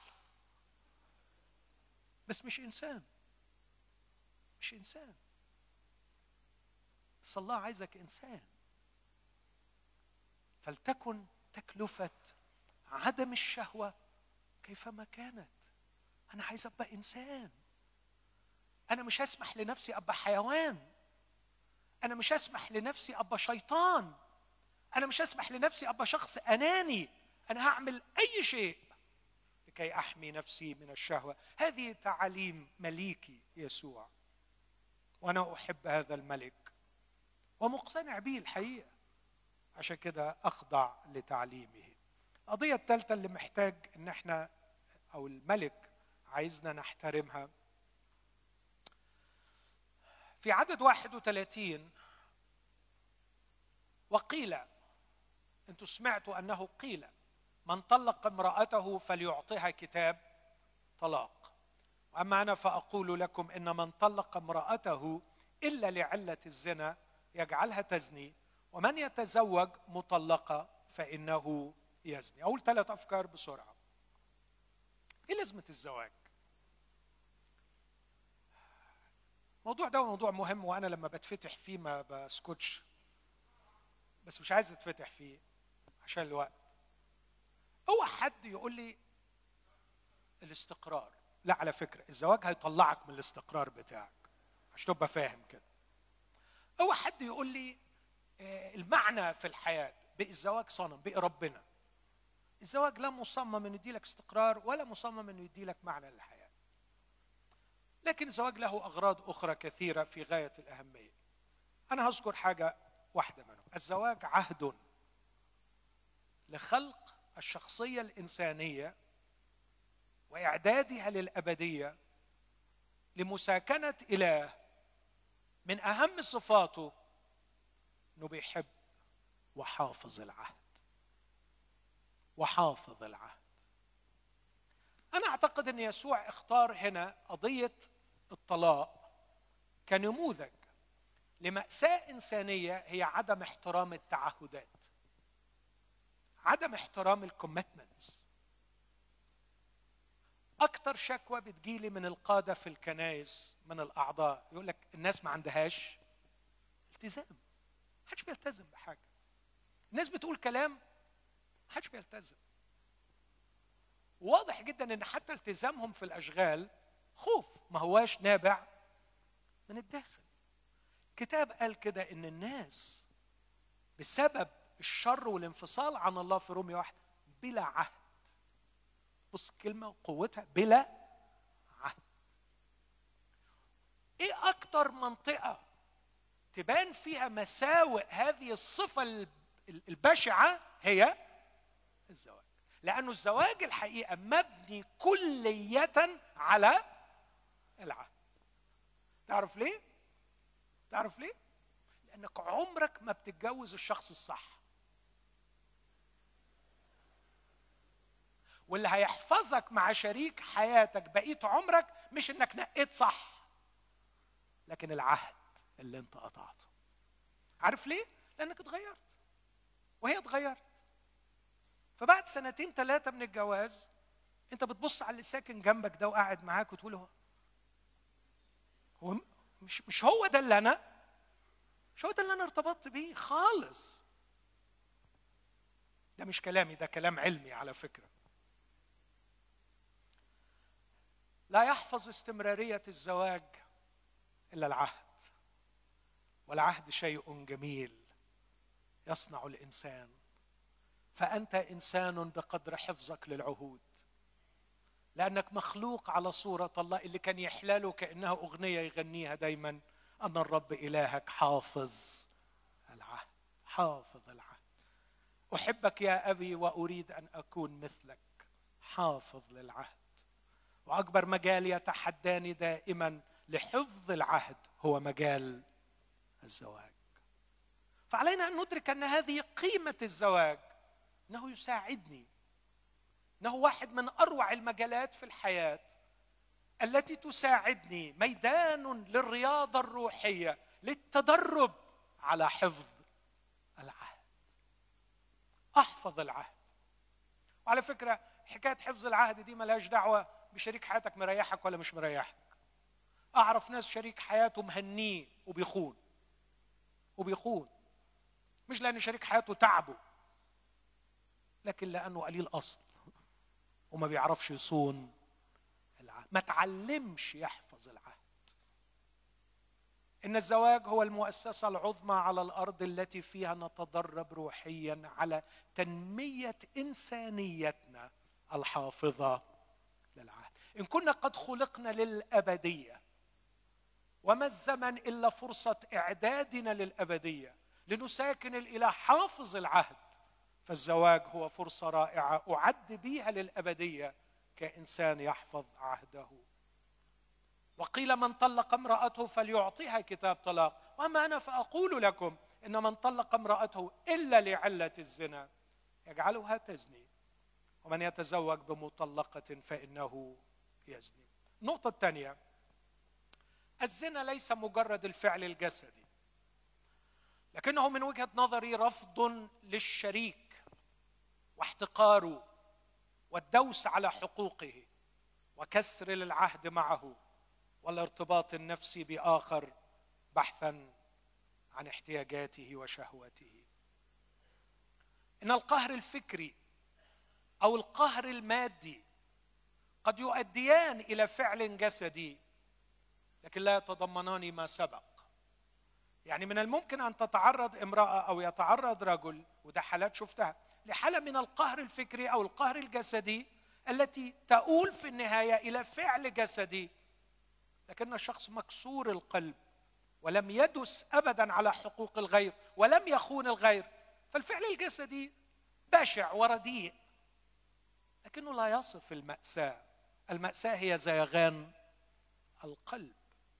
S1: بس مش إنسان. مش إنسان. بس الله عايزك إنسان. فلتكن تكلفة عدم الشهوة كيفما كانت. أنا عايز أبقى إنسان. أنا مش هسمح لنفسي أبقى حيوان. أنا مش هسمح لنفسي أبقى شيطان. أنا مش هسمح لنفسي أبقى شخص أناني. أنا هعمل أي شيء لكي أحمي نفسي من الشهوة. هذه تعاليم مليكي يسوع، وأنا أحب هذا الملك ومقتنع به الحقيقة، عشان كده أخضع لتعليمه. القضية الثالثة اللي محتاج إن احنا أو الملك عايزنا نحترمها في عدد 31. وقيل، انتوا سمعتوا أنه قيل من طلق امرأته فليعطيها كتاب طلاق، وأما أنا فأقول لكم إن من طلق امرأته إلا لعلة الزنا يجعلها تزني، ومن يتزوج مطلقة فإنه يزني. أقول 3 أفكار بسرعة. إيه لازمة الزواج؟ الموضوع ده موضوع مهم، وأنا لما بتفتح فيه ما بسكتش، بس مش عايز اتفتح فيه عشان الوقت. هو حد يقول لي الاستقرار. لا، على فكرة الزواج هيطلعك من الاستقرار بتاعك عشان تبقى فاهم كده. هو حد يقول لي المعنى في الحياة، بقى الزواج صنم، بقى ربنا. الزواج لا مصمم انه يديلك استقرار ولا مصمم انه يديلك معنى للحياة، لكن الزواج له أغراض أخرى كثيرة في غاية الأهمية. أنا هذكر حاجة واحدة منهم. الزواج عهد لخلق الشخصية الإنسانية وإعدادها للأبدية لمساكنة إله من أهم صفاته أنه بيحب وحافظ العهد. وحافظ العهد. أنا أعتقد أن يسوع اختار هنا قضية الطلاق كنموذج لمأساة إنسانية هي عدم احترام التعهدات، عدم احترام الكوميتمنتس. أكتر شكوى بتجيلي من القادة في الكنائس من الأعضاء يقول لك الناس ما عندهاش التزام، محدش بيلتزم بحاجة. الناس بتقول كلام محدش بيلتزم. واضح جدا ان حتى التزامهم في الاشغال خوف، ما هواش نابع من الداخل. كتاب قال كده ان الناس بسبب الشر والانفصال عن الله في رومية 1 بلا عهد. بص الكلمة وقوتها، بلا عهد. ايه اكتر منطقة تبان فيها مساوئ هذه الصفة البشعة؟ هي الزواج. لأنه الزواج الحقيقة مبني كلية على العهد. تعرف ليه؟ تعرف ليه؟ لأنك عمرك ما بتتجوز الشخص الصح. واللي هيحفظك مع شريك حياتك بقية عمرك مش إنك نقيت صح، لكن العهد اللي انت قطعته. عارف ليه؟ لأنك اتغيرت وهي اتغيرت. فبعد 2 3 من الجواز انت بتبص على اللي ساكن جنبك ده وقاعد معاك وتقول هو مش هو ده اللي انا ارتبطت بيه خالص. ده مش كلامي، ده كلام علمي على فكرة. لا يحفظ استمرارية الزواج إلا العهد، والعهد شيء جميل يصنع الإنسان. فأنت إنسان بقدر حفظك للعهود، لأنك مخلوق على صورة الله. اللي كان يحلاله كأنها أغنية يغنيها دايما، أن الرب إلهك حافظ العهد. حافظ العهد. أحبك يا أبي وأريد أن أكون مثلك، حافظ للعهد. وأكبر مجال يتحداني دائما لحفظ العهد هو مجال الزواج. فعلينا أن ندرك أن هذه قيمة الزواج، أنه يساعدني، أنه واحد من أروع المجالات في الحياة التي تساعدني، ميدان للرياضة الروحية، للتدرب على حفظ العهد. أحفظ العهد. وعلى فكرة حكاية حفظ العهد دي ملهاش دعوة بشريك حياتك مريحك ولا مش مريحك. أعرف ناس شريك حياته مهنيه وبيخون، مش لأن شريك حياته تعبه، لكن لأنه قليل أصل وما بيعرفش يصون العهد، ما تعلمش يحفظ العهد. إن الزواج هو المؤسسة العظمى على الأرض التي فيها نتدرب روحيا على تنمية إنسانيتنا الحافظة للعهد. إن كنا قد خلقنا للأبدية، وما الزمن إلا فرصة إعدادنا للأبدية لنساكن الإله حافظ العهد، فالزواج هو فرصة رائعة أعد بيها للأبدية كإنسان يحفظ عهده. وقيل من طلق امرأته فليعطيها كتاب طلاق، وأما أنا فأقول لكم إن من طلق امرأته إلا لعلة الزنا يجعلها تزني، ومن يتزوج بمطلقة فإنه يزني. النقطة الثانية، الزنا ليس مجرد الفعل الجسدي، لكنه من وجهة نظري رفض للشريك واحتقاره والدوس على حقوقه وكسر للعهد معه والارتباط النفسي بآخر بحثا عن احتياجاته وشهوته. إن القهر الفكري أو القهر المادي قد يؤديان إلى فعل جسدي، لكن لا يتضمنان ما سبق. يعني من الممكن أن تتعرض امرأة أو يتعرض رجل، وده حالات شفتها، لحالة من القهر الفكري أو القهر الجسدي التي تؤول في النهاية إلى فعل جسدي، لكن الشخص مكسور القلب ولم يدس أبدا على حقوق الغير ولم يخون الغير، فالفعل الجسدي بشع ورديء، لكنه لا يصف المأساة. المأساة هي زيغان القلب.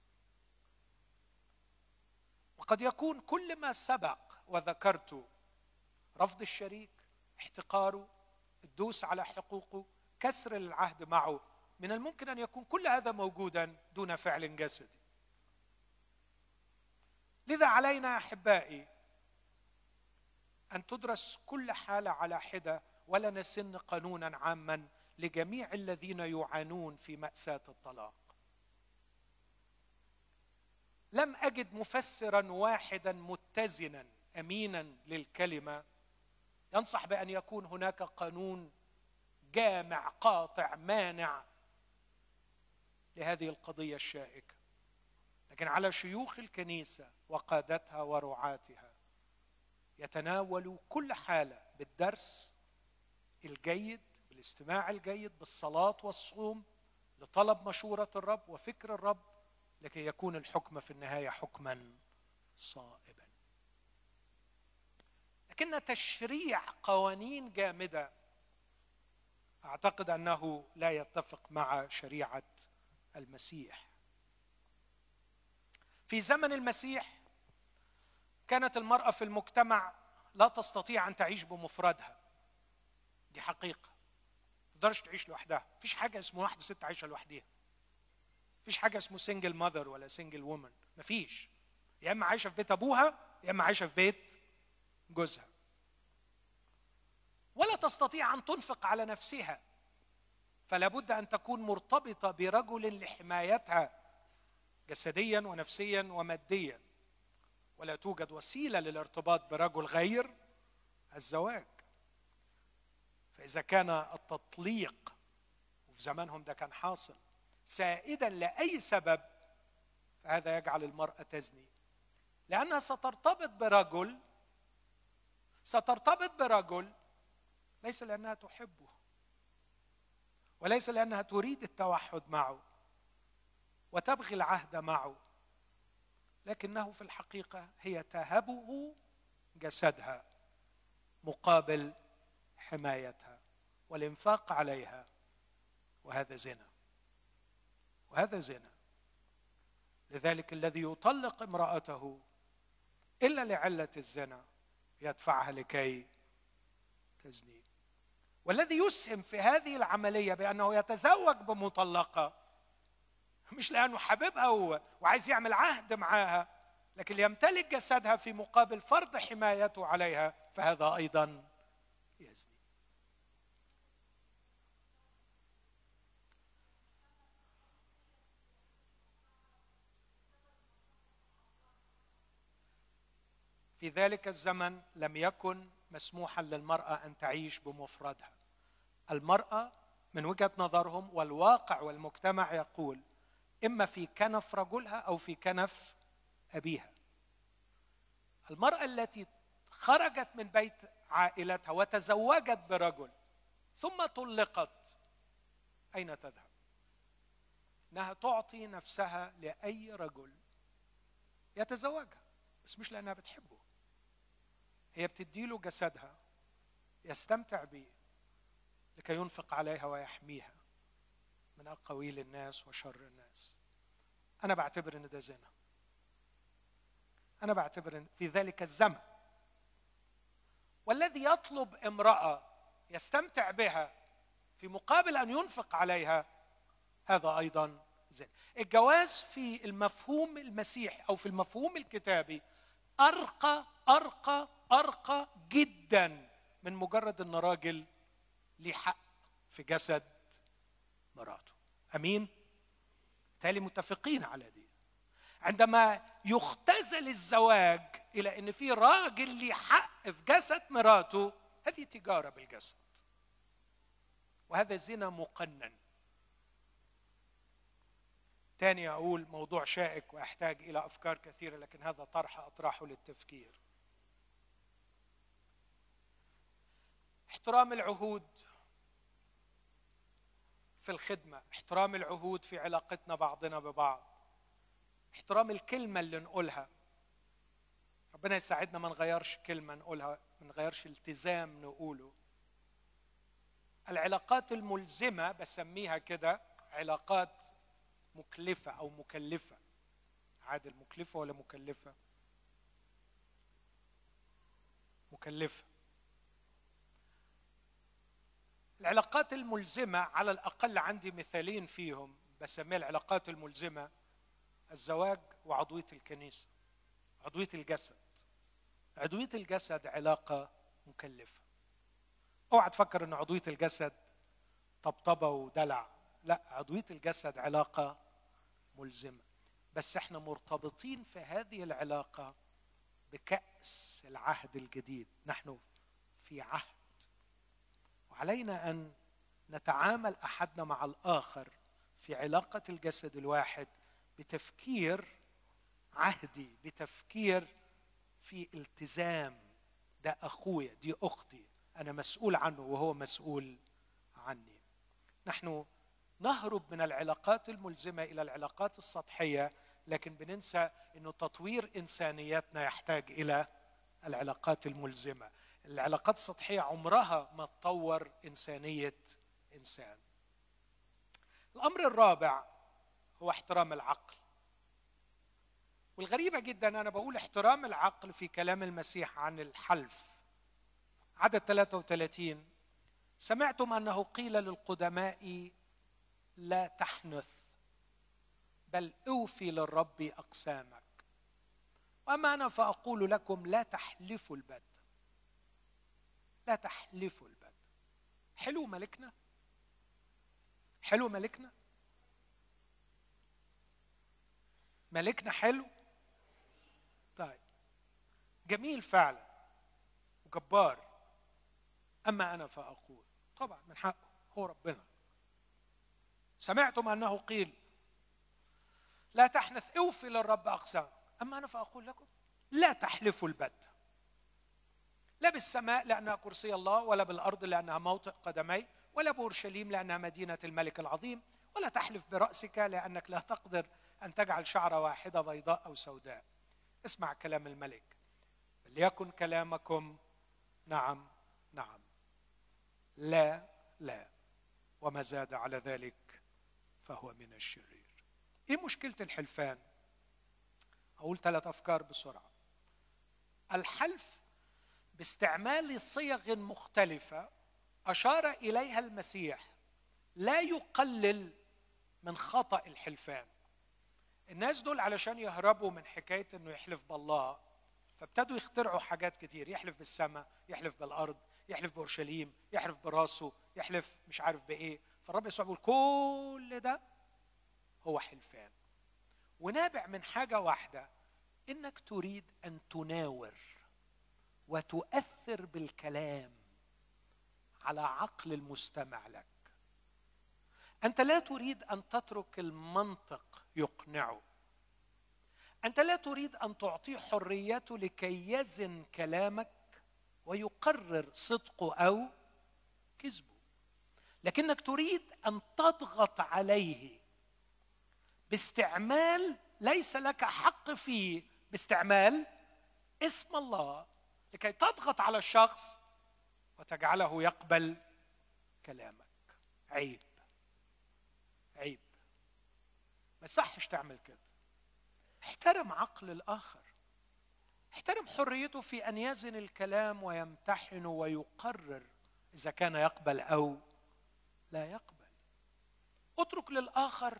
S1: وقد يكون كل ما سبق وذكرته، رفض الشريك، احتقاره، الدوس على حقوقه، كسر العهد معه، من الممكن أن يكون كل هذا موجودا دون فعل جسدي. لذا علينا أحبائي أن تدرس كل حالة على حدة، ولا نسن قانونا عاما لجميع الذين يعانون في مأساة الطلاق. لم أجد مفسرا واحدا متزنا أمينا للكلمة ينصح بأن يكون هناك قانون جامع قاطع مانع لهذه القضية الشائكة، لكن على شيوخ الكنيسة وقادتها ورعاتها يتناولوا كل حالة بالدرس الجيد، بالاستماع الجيد، بالصلاة والصوم لطلب مشورة الرب وفكر الرب، لكي يكون الحكم في النهاية حكما صائبا. لكن تشريع قوانين جامدة أعتقد أنه لا يتفق مع شريعة المسيح. في زمن المسيح كانت المرأة في المجتمع لا تستطيع أن تعيش بمفردها، دي حقيقة، ما تقدرش تعيش لوحدها. مفيش حاجة اسمه واحدة ست عايشة لوحدها، مفيش حاجة اسمه سنجل ماذر ولا سنجل وومن، مفيش. يا إما عايشة في بيت أبوها يا إما عايشة في بيت جوزها، ولا تستطيع أن تنفق على نفسها، فلا بد أن تكون مرتبطة برجل لحمايتها جسديا ونفسيا وماديا، ولا توجد وسيلة للارتباط برجل غير الزواج. فإذا كان التطليق، وفي زمانهم ده كان حاصل، سائدا لأي سبب، فهذا يجعل المرأة تزني، لأنها سترتبط برجل ليس لأنها تحبه، وليس لأنها تريد التوحد معه وتبغي العهد معه، لكنه في الحقيقة هي تهبه جسدها مقابل حمايتها والإنفاق عليها، وهذا زنا، وهذا زنا. لذلك الذي يطلق امرأته إلا لعلة الزنا يدفعها لكي تزني، والذي يسهم في هذه العملية بأنه يتزوج بمطلقة مش لأنه حبيبها وعايز يعمل عهد معاها، لكن ليمتلك جسدها في مقابل فرض حمايته عليها، فهذا أيضا يزني. في ذلك الزمن لم يكن مسموحا للمرأة أن تعيش بمفردها. المرأة من وجهة نظرهم والواقع والمجتمع يقول إما في كنف رجلها أو في كنف أبيها. المرأة التي خرجت من بيت عائلتها وتزوجت برجل ثم طلقت، أين تذهب؟ إنها تعطي نفسها لأي رجل يتزوجها، بس مش لأنها بتحبه، هي بتديله جسدها يستمتع به لكي ينفق عليها ويحميها من أقاويل الناس وشر الناس. أنا بعتبر إن ده زنا، أنا بعتبر إن في ذلك الزمن والذي يطلب امرأة يستمتع بها في مقابل أن ينفق عليها، هذا أيضا زنا. الجواز في المفهوم المسيحي أو في المفهوم الكتابي أرقى أرقى أرقى جدا من مجرد أن راجل ليه حق في جسد مراته. أمين؟ بالتالي متفقين على دي. عندما يختزل الزواج إلى أن في راجل ليه حق في جسد مراته، هذه تجارة بالجسد، وهذا زنا مقنن. تاني أقول موضوع شائك ويحتاج إلى أفكار كثيرة، لكن هذا طرح أطرحه للتفكير. احترام العهود في الخدمة، احترام العهود في علاقتنا بعضنا ببعض، احترام الكلمة اللي نقولها. ربنا يساعدنا ما نغيرش كلمة نقولها، ما نغيرش التزام نقوله. العلاقات الملزمة بسميها كده علاقات مكلفة أو مكلفة. عادل، مكلفة ولا مكلفة؟ مكلفة. العلاقات الملزمة على الأقل عندي مثالين فيهم بسميها العلاقات الملزمة: الزواج وعضوية الكنيسة. عضوية الجسد. عضوية الجسد علاقة مكلفة. اوعى تفكر ان عضوية الجسد طبطبة ودلع، لا، عضوية الجسد علاقة ملزمة. بس احنا مرتبطين في هذه العلاقة بكأس العهد الجديد. نحن في عهد، وعلينا أن نتعامل أحدنا مع الآخر في علاقة الجسد الواحد بتفكير عهدي، بتفكير في التزام. ده أخويا، دي أختي، أنا مسؤول عنه وهو مسؤول عني. نحن نهرب من العلاقات الملزمة إلى العلاقات السطحية، لكن بننسى أنه تطوير إنسانيتنا يحتاج إلى العلاقات الملزمة. العلاقات السطحية عمرها ما تطور إنسانية إنسان. الأمر الرابع هو احترام العقل. والغريبة جدا أنا بقول احترام العقل في كلام المسيح عن الحلف. عدد 33: سمعتم أنه قيل للقدماء لا تحنث، بل اوفي للرب أقسامك، وأما أنا فأقول لكم لا تحلفوا البت. لا تحلفوا البت. حلو ملكنا؟ حلو ملكنا؟ ملكنا حلو؟ طيب، جميل فعلا وجبار. أما أنا فأقول، طبعا من حقه، هو ربنا. سمعتم أنه قيل لا تحنث، اوفي للرب أقسامك، أما أنا فأقول لكم لا تحلفوا البت. لا بالسماء لأنها كرسي الله، ولا بالأرض لأنها موطئ قدمي، ولا بأورشليم لأنها مدينة الملك العظيم، ولا تحلف برأسك لأنك لا تقدر أن تجعل شعرة واحدة بيضاء أو سوداء. اسمع كلام الملك: ليكن كلامكم نعم نعم، لا لا، وما زاد على ذلك فهو من الشرير. ايه مشكلة الحلفان؟ اقول 3 أفكار بسرعة. الحلف باستعمال صيغ مختلفة أشار إليها المسيح لا يقلل من خطأ الحلفان. الناس دول علشان يهربوا من حكاية انه يحلف بالله فابتدوا يخترعوا حاجات كتير، يحلف بالسماء، يحلف بالأرض، يحلف بأورشليم، يحلف براسه، يحلف مش عارف بإيه. فالرب يسوع بيقول كل ده هو حلفان، ونابع من حاجة واحدة: إنك تريد أن تناور وتؤثر بالكلام على عقل المستمع لك. أنت لا تريد أن تترك المنطق يقنعه، أنت لا تريد أن تعطيه حريته لكي يزن كلامك ويقرر صدقه أو كذبه، لكنك تريد أن تضغط عليه باستعمال ليس لك حق فيه، باستعمال اسم الله، لكي تضغط على الشخص وتجعله يقبل كلامك. عيب، عيب، ما يصحش تعمل كده. احترم عقل الآخر، احترم حريته في أن يزن الكلام ويمتحن ويقرر إذا كان يقبل أو لا يقبل. اترك للآخر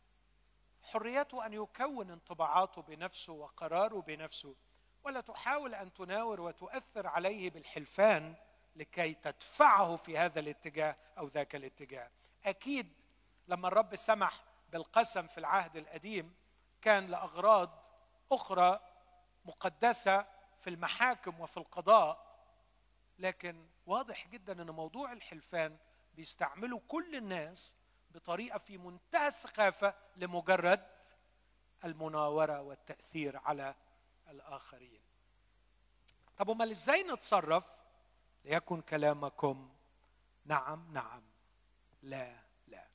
S1: حريته أن يكون انطباعاته بنفسه وقراره بنفسه، ولا تحاول أن تناور وتؤثر عليه بالحلفان لكي تدفعه في هذا الاتجاه أو ذاك الاتجاه. أكيد لما الرب سمح بالقسم في العهد القديم كان لأغراض أخرى مقدسة في المحاكم وفي القضاء، لكن واضح جدا أن موضوع الحلفان بيستعمله كل الناس بطريقة في منتهى السخافة لمجرد المناورة والتأثير على الآخرين. طب امال ازاي نتصرف؟ ليكن كلامكم نعم نعم، لا لا.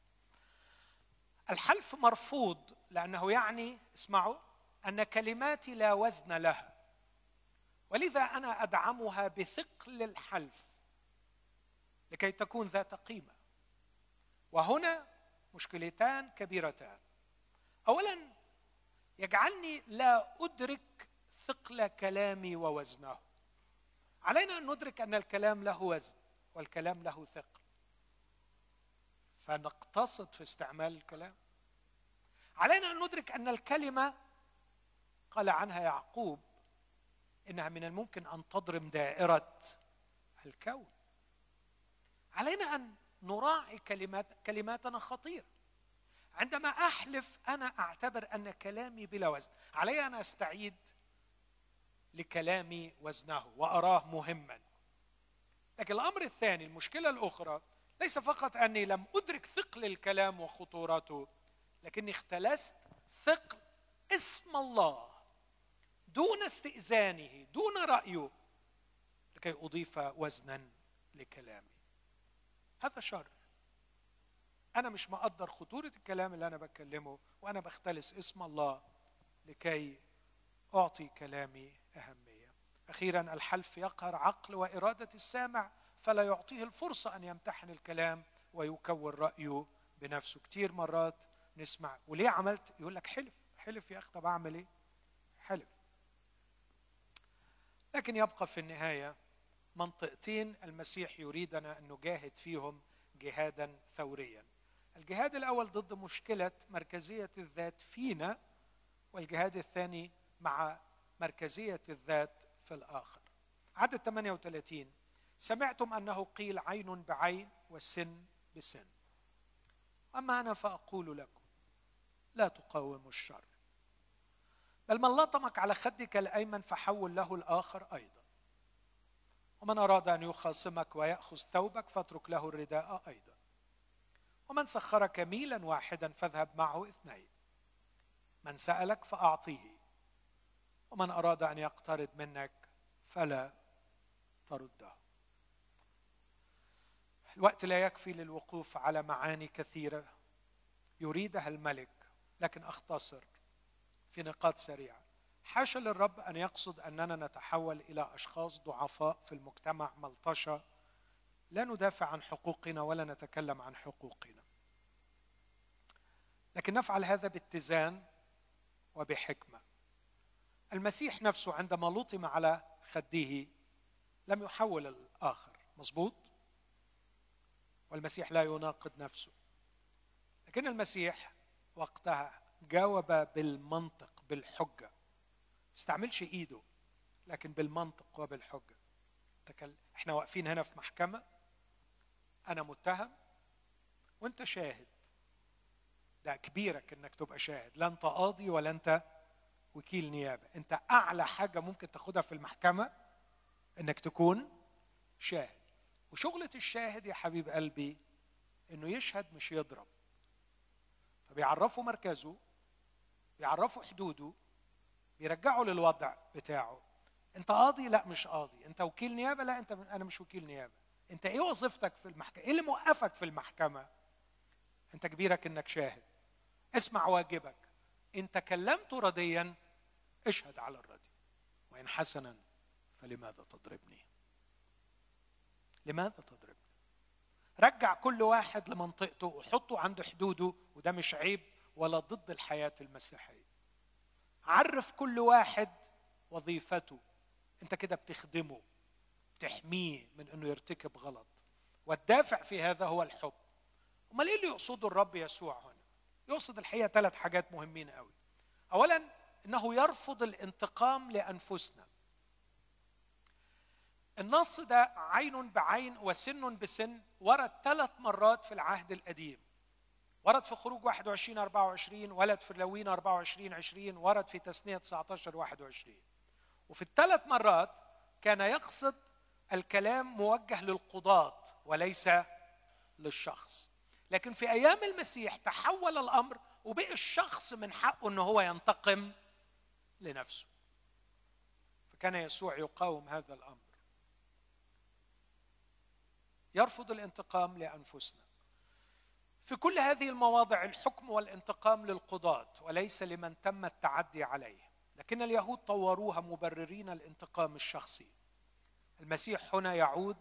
S1: الحلف مرفوض لأنه يعني، اسمعوا، أن كلماتي لا وزن لها، ولذا أنا أدعمها بثقل الحلف لكي تكون ذات قيمة. وهنا مشكلتان كبيرتان. أولا، يجعلني لا أدرك ثقل كلامي ووزنه. علينا أن ندرك أن الكلام له وزن والكلام له ثقل، فنقتصد في استعمال الكلام. علينا أن ندرك أن الكلمة قال عنها يعقوب إنها من الممكن أن تضرم دائرة الكون. علينا أن نراعي كلماتنا خطيرة. عندما أحلف أنا أعتبر أن كلامي بلا وزن، علي أن أستعيد لكلامي وزنه وأراه مهما. لكن الأمر الثاني، المشكلة الأخرى، ليس فقط أني لم أدرك ثقل الكلام وخطورته، لكني اختلست ثقل اسم الله دون استئذانه، دون رأيه، لكي أضيف وزنا لكلامي. هذا شر. أنا مش مقدر خطورة الكلام اللي أنا بكلمه، وأنا بختلس اسم الله لكي أعطي كلامي أهمية. أخيرا، الحلف يقهر عقل وإرادة السامع، فلا يعطيه الفرصة أن يمتحن الكلام ويكون رأيه بنفسه. كتير مرات نسمع وليه عملت، يقول لك حلف يا أخي، طب أعمل إيه؟ حلف. لكن يبقى في النهاية منطقتين المسيح يريدنا أن نجاهد فيهم جهادا ثوريا. الجهاد الأول ضد مشكلة مركزية الذات فينا، والجهاد الثاني مع مركزية الذات في الآخر. عدد 38: سمعتم أنه قيل عين بعين وسن بسن، أما أنا فأقول لكم لا تقاوموا الشر، بل من لطمك على خدك الأيمن فحول له الآخر أيضا، ومن أراد أن يخاصمك ويأخذ ثوبك فاترك له الرداء أيضا، ومن سخرك ميلا واحدا فاذهب معه 2، من سألك فأعطيه، ومن أراد أن يقترض منك فلا ترده. الوقت لا يكفي للوقوف على معاني كثيرة يريدها الملك، لكن أختصر في نقاط سريعة. حاشا للرب أن يقصد أننا نتحول إلى أشخاص ضعفاء في المجتمع، ملطشة، لا ندافع عن حقوقنا ولا نتكلم عن حقوقنا، لكن نفعل هذا باتزان وبحكمة. المسيح نفسه عندما لطم على خده لم يحول الآخر، مظبوط؟ والمسيح لا يناقض نفسه، لكن المسيح وقتها جاوب بالمنطق بالحجة، ما استعملش إيده، لكن بالمنطق وبالحجة. احنا واقفين هنا في محكمة، أنا متهم وأنت شاهد، ده كبيرك إنك تبقى شاهد، لا أنت قاضي ولا أنت وكيل نيابة، أنت أعلى حاجة ممكن تاخدها في المحكمة إنك تكون شاهد. وشغلة الشاهد يا حبيب قلبي إنه يشهد مش يضرب، فبيعرفوا مركزه، بيعرفوا حدوده، بيرجعوا للوضع بتاعه. أنت قاضي؟ لا مش قاضي. أنت وكيل نيابة؟ لا أنا مش وكيل نيابة. أنت إيه وظيفتك في المحكمة؟ إيه اللي موقفك في المحكمة؟ أنت كبيرك إنك شاهد، اسمع واجبك. إن تكلمت رديا اشهد على الردي، وإن حسنا فلماذا تضربني؟ لماذا تضربني؟ رجع كل واحد لمنطقته وحطه عند حدوده، وده مش عيب ولا ضد الحياة المسيحية. عرف كل واحد وظيفته، انت كده بتخدمه، بتحميه من انه يرتكب غلط، والدافع في هذا هو الحب. امال ايه اللي يقصده الرب يسوع هنا؟ يقصد الحقيقة 3 حاجات مهمين قوي. اولا انه يرفض الانتقام لانفسنا. النص ده عين بعين وسن بسن ورد 3 مرات في العهد القديم. ورد في خروج 21-24، ورد في لاويين 24-20، ورد في تثنية 19-21. وفي ال3 مرات كان يقصد الكلام موجه للقضاة وليس للشخص. لكن في أيام المسيح تحول الأمر وبقى الشخص من حقه أنه هو ينتقم لنفسه، فكان يسوع يقاوم هذا الأمر. يرفض الانتقام لأنفسنا. في كل هذه المواضع الحكم والانتقام للقضاة وليس لمن تم التعدي عليه، لكن اليهود طوروها مبررين الانتقام الشخصي. المسيح هنا يعود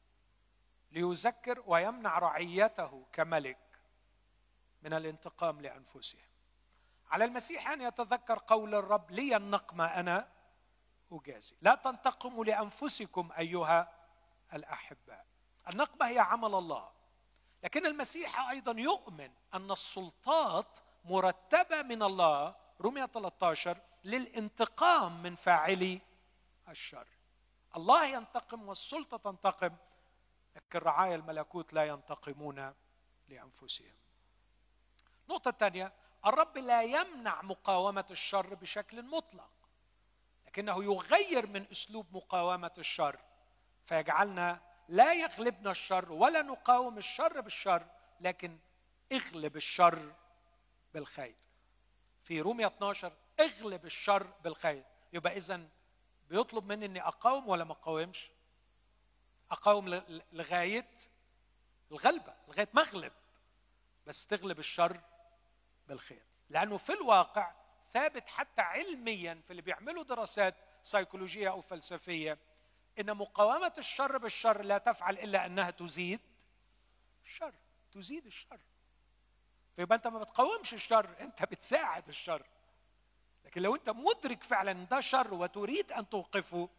S1: ليذكر ويمنع رعيته كملك من الانتقام لأنفسهم. على المسيح أن يتذكر قول الرب: لي النقمة أنا أجازي. لا تنتقموا لأنفسكم أيها الأحباء. النقمة هي عمل الله، لكن المسيح أيضا يؤمن أن السلطات مرتبة من الله، رمية 13، للانتقام من فاعلي الشر. الله ينتقم والسلطة تنتقم، لكن رعايا الملكوت لا ينتقمون لأنفسهم. النقطة الثانية، الرب لا يمنع مقاومة الشر بشكل مطلق، لكنه يغير من أسلوب مقاومة الشر فيجعلنا لا يغلبنا الشر ولا نقاوم الشر بالشر، لكن اغلب الشر بالخير. في رومية 12 اغلب الشر بالخير. يبقى إذن بيطلب مني اني اقاوم ولا ما اقاومش؟ اقاوم لغايه الغلبه، لغايه ما اغلب، بس تغلب الشر بالخير. لانه في الواقع ثابت حتى علميا في اللي بيعملوا دراسات سيكولوجيه او فلسفيه ان مقاومه الشر بالشر لا تفعل الا انها تزيد الشر، تزيد الشر. فيبقى انت ما بتقاومش الشر، انت بتساعد الشر. لكن لو انت مدرك فعلا ان ده شر وتريد ان توقفه،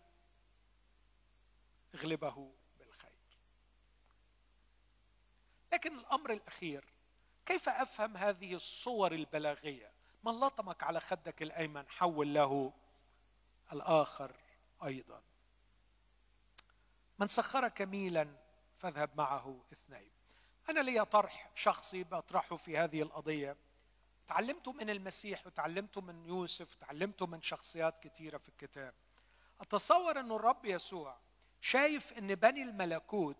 S1: اغلبه بالخير. لكن الامر الاخير، كيف افهم هذه الصور البلاغيه؟ من لطمك على خدك الايمن حول له الاخر ايضا، من سخرك ميلا فاذهب معه اثنين. انا لي طرح شخصي بطرحه في هذه القضيه، تعلمته من المسيح وتعلمته من يوسف وتعلمته من شخصيات كثيرة في الكتاب. أتصور أن الرب يسوع شايف أن بني الملكوت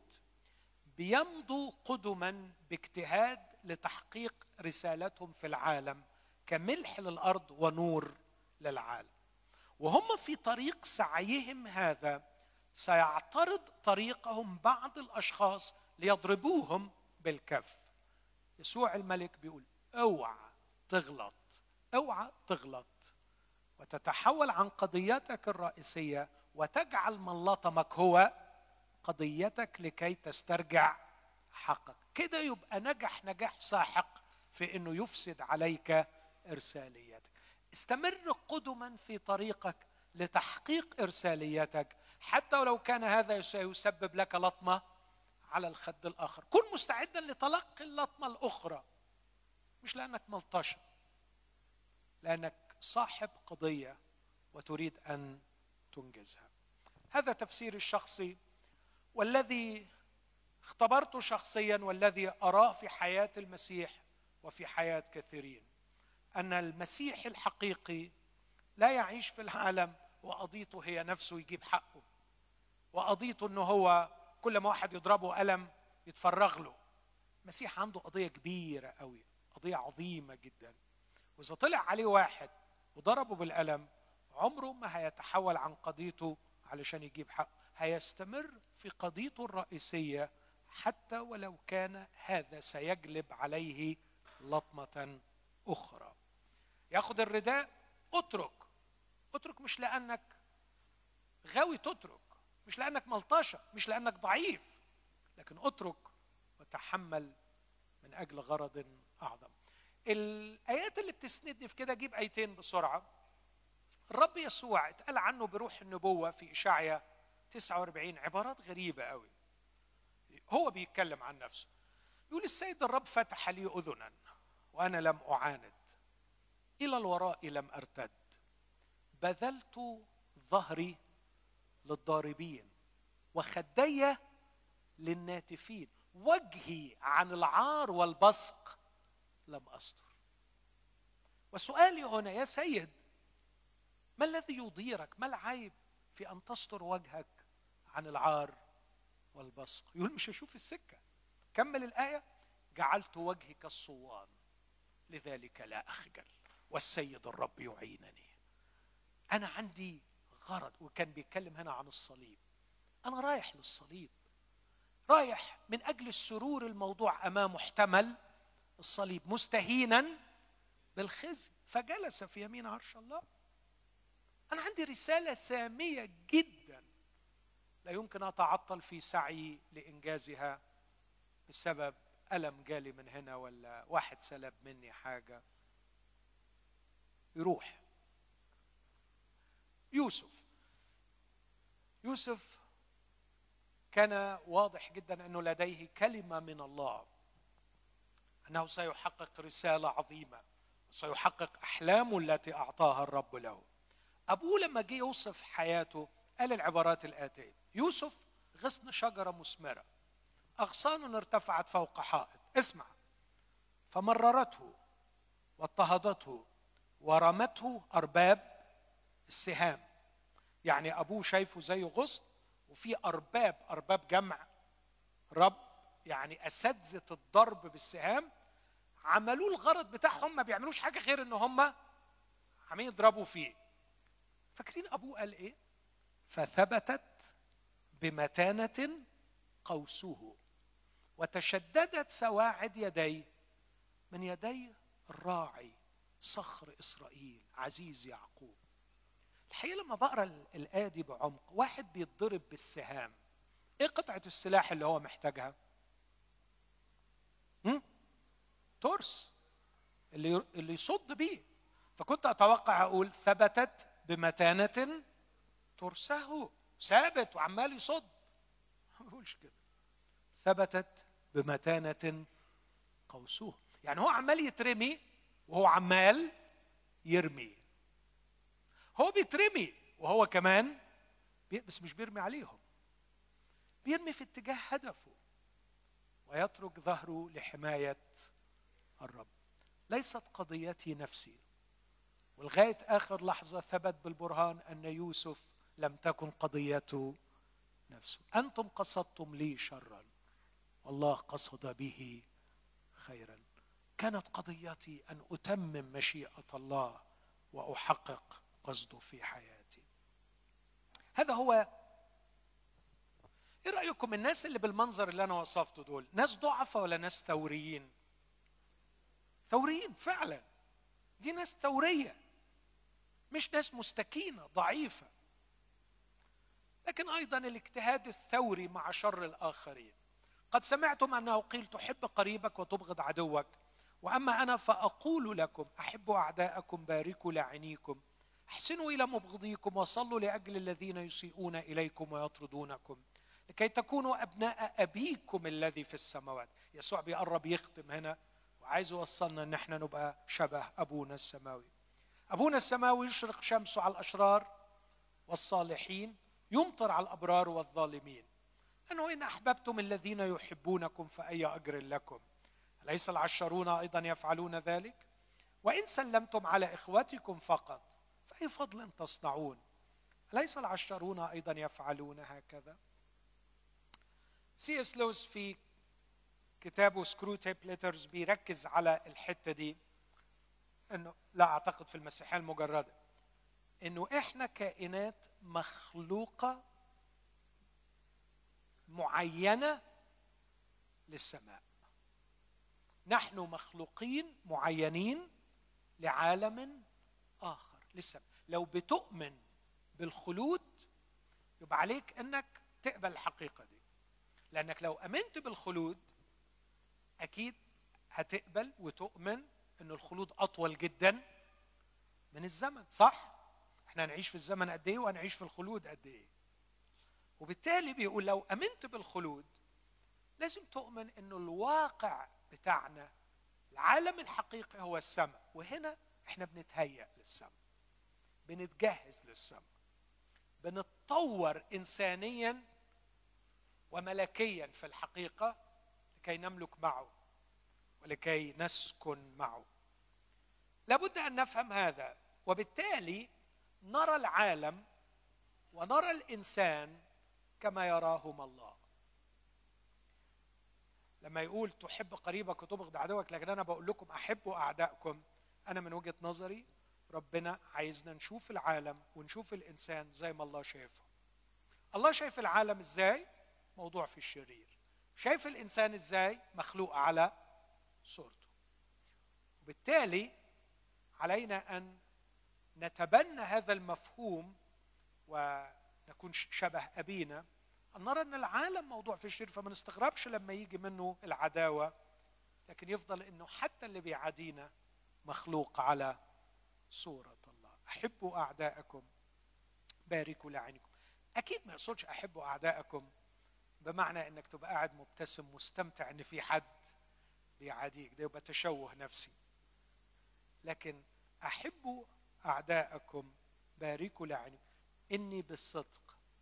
S1: بيمضوا قدما باجتهاد لتحقيق رسالتهم في العالم كملح للأرض ونور للعالم، وهم في طريق سعيهم هذا سيعترض طريقهم بعض الأشخاص ليضربوهم بالكف. يسوع الملك بيقول اوعى تغلط، اوعى تغلط وتتحول عن قضيتك الرئيسية وتجعل من لطمك هو قضيتك لكي تسترجع حقك. كده يبقى نجاح ساحق في انه يفسد عليك ارساليتك. استمر قدما في طريقك لتحقيق ارساليتك، حتى ولو كان هذا سيسبب لك لطمة على الخد الآخر. كن مستعدا لتلقي اللطمة الأخرى، مش لأنك ملطشة، لأنك صاحب قضية وتريد أن تنجزها. هذا تفسيري الشخصي، والذي اختبرته شخصيا، والذي أراه في حياة المسيح وفي حياة كثيرين، أن المسيح الحقيقي لا يعيش في العالم وقضيته هي نفسه يجيب حقه، وقضيته أنه هو كل ما واحد يضربه قلم يتفرغ له. المسيح عنده قضية كبيرة قوي، قضية عظيمة جدا، وإذا طلع عليه واحد وضربه بالقلم عمره ما هيتحول عن قضيته علشان يجيب حقه، هيستمر في قضيته الرئيسية حتى ولو كان هذا سيجلب عليه لطمة أخرى. ياخد الرداء، اترك مش لأنك غاوي تترك، مش لأنك ملطشة، مش لأنك ضعيف، لكن اترك وتحمل من أجل غرض أعظم. الآيات اللي بتسندني في كده، أجيب آيتين بسرعة. الرب يسوع اتقال عنه بروح النبوة في إشعياء 49 عبارات غريبة قوي. هو بيتكلم عن نفسه، يقول السيد الرب فتح لي أذنا وأنا لم أعاند، إلى الوراء لم أرتد، بذلت ظهري للضاربين وخدي للناتفين، وجهي عن العار والبصق لم أستر. وسؤالي هنا يا سيد، ما الذي يضيرك؟ ما العيب في أن تستر وجهك عن العار والبصق؟ يقول مش هشوف السكة. كمل الآية، جعلت وجهي كالصوان لذلك لا أخجل والسيد الرب يعينني. أنا عندي غرض، وكان بيتكلم هنا عن الصليب. أنا رايح للصليب، رايح من أجل السرور الموضوع أمامه احتمل الصليب مستهينا بالخزي فجلس في يمين عرش الله. أنا عندي رسالة سامية جدا لا يمكن أتعطل في سعي لإنجازها بسبب ألم جالي من هنا ولا واحد سلب مني حاجة. يروح يوسف كان واضح جدا أنه لديه كلمة من الله، أنه سيحقق رسالة عظيمة، سيحقق أحلامه التي أعطاها الرب له. أبوه لما جه يوصف حياته قال العبارات الآتية: يوسف غصن شجرة مثمرة، أغصان ارتفعت فوق حائط. اسمع: فمررته واضطهدته ورمته أرباب السهام. يعني أبوه شايفه زي غصن، وفي أرباب جمع رب، يعني أساتذة الضرب بالسهام، عملوا الغرض بتاعهم، ما بيعملوش حاجة غير إن هم عمين يضربوا فيه. فاكرين أبوه قال إيه؟ فثبتت بمتانة قوسه وتشددت سواعد يديه من يدي الراعي صخر إسرائيل عزيز يعقوب. الحقيقة لما بقرأ الآية دي بعمق، واحد بيتضرب بالسهام، إيه قطعة السلاح اللي هو محتاجها؟ ترس اللي يصد بيه. فكنت أتوقع أقول ثبتت بمتانة ترسه، ثابت وعمال يصد. ما بقولش كده، ثبتت بمتانة قوسه، يعني هو عمال يترمي وهو عمال يرمي. هو بيترمي وهو كمان بس مش بيرمي عليهم، بيرمي في اتجاه هدفه ويترك ظهره لحماية الرب. ليست قضيتي نفسي. ولغاية آخر لحظة ثبت بالبرهان أن يوسف لم تكن قضيته نفسه. أنتم قصدتم لي شرا والله قصد به خيرا. كانت قضيتي أن أتمم مشيئة الله وأحقق قصده في حياتي. هذا هو. إيه رأيكم الناس اللي بالمنظر اللي أنا وصفته دول ناس ضعفة ولا ناس ثوريين؟ ثوريين فعلا. دي ناس ثورية، مش ناس مستكينة ضعيفة. لكن أيضا الاجتهاد الثوري مع شر الآخرين. قد سمعتم أنه قيل تحب قريبك وتبغض عدوك، وأما أنا فأقول لكم أحبوا أعداءكم، باركوا لاعنيكم، احسنوا إلى مبغضيكم، وصلوا لأجل الذين يسيئون إليكم ويطردونكم، لكي تكونوا أبناء أبيكم الذي في السماوات. يسوع بيقرب يختم هنا وعايز يوصلنا أن احنا نبقى شبه أبونا السماوي. أبونا السماوي يشرق شمسه على الأشرار والصالحين، يمطر على الأبرار والظالمين. لأنه إن أحببتم الذين يحبونكم فأي أجر لكم؟ أليس العشرون أيضا يفعلون ذلك؟ وإن سلمتم على إخوتكم فقط فأي فضل تصنعون؟ أليس العشرون أيضا يفعلون هكذا؟ سي اس لويس في كتابه سكرو تيب ليترز بيركز على الحتة دي، أنه لا أعتقد في المسيحية المجردة أنه إحنا كائنات مخلوقة معينة للسماء. نحن مخلوقين معينين لعالم آخر للسماء. لو بتؤمن بالخلود يبقى عليك أنك تقبل الحقيقة دي، لأنك لو أمنت بالخلود أكيد هتقبل وتؤمن أن الخلود أطول جدا من الزمن. صح؟ احنا هنعيش في الزمن قد ايه وهنعيش في الخلود قد ايه. وبالتالي بيقول لو امنت بالخلود لازم تؤمن انه الواقع بتاعنا العالم الحقيقي هو السماء، وهنا احنا بنتهيأ للسماء، بنتجهز للسماء، بنتطور انسانيا وملكيا في الحقيقة لكي نملك معه ولكي نسكن معه. لابد ان نفهم هذا، وبالتالي نرى العالم ونرى الإنسان كما يراهما الله. لما يقول تحب قريبك وتبغض عدوك، لكن أنا بقول لكم أحبوا أعدائكم، أنا من وجهة نظري ربنا عايزنا نشوف العالم ونشوف الإنسان زي ما الله شايفه. الله شايف العالم إزاي؟ موضوع في الشرير. شايف الإنسان إزاي؟ مخلوق على صورته. وبالتالي علينا أن نتبنى هذا المفهوم ونكون شبه أبينا، أن نرى أن العالم موضوع في الشرير، فما نستغربش لما يجي منه العداوة، لكن يفضل أنه حتى اللي بيعادينا مخلوق على صورة الله. أحبوا أعداءكم، باركوا لاعنيكم. أكيد ما يقصدش أحبوا أعداءكم بمعنى أنك تبقى قاعد مبتسم مستمتع أن في حد بيعاديك، ده يبقى تشوه نفسي. لكن أحبوا أعداءكم، باركوا لاعنيكم، إني بالصدق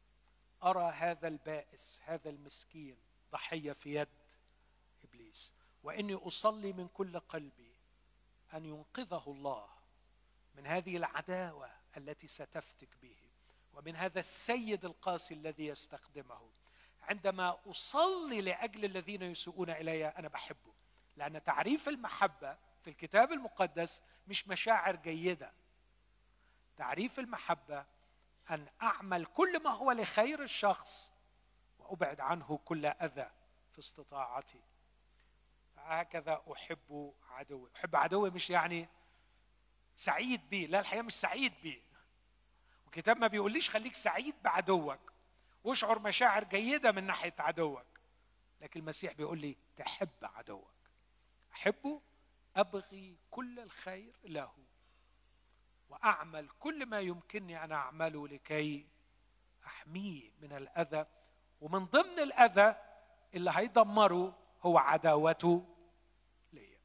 S1: أرى هذا البائس هذا المسكين ضحية في يد إبليس، وإني أصلي من كل قلبي أن ينقذه الله من هذه العداوة التي ستفتك به، ومن هذا السيد القاسي الذي يستخدمه. عندما أصلي لأجل الذين يسوءون إلي أنا بحبه، لأن تعريف المحبة في الكتاب المقدس مش مشاعر جيدة. تعريف المحبة أن أعمل كل ما هو لخير الشخص وأبعد عنه كل أذى في استطاعتي. هكذا أحب عدوي. أحب عدوي مش يعني سعيد بيه، لا، الحقيقة مش سعيد بيه. والكتاب ما بيقوليش خليك سعيد بعدوك واشعر مشاعر جيدة من ناحية عدوك، لكن المسيح بيقول لي تحب عدوك. أحبه، أبغي كل الخير له، وأعمل كل ما يمكنني أن أعمله لكي أحميه من الأذى، ومن ضمن الأذى اللي هيدمره هو عداوته لي.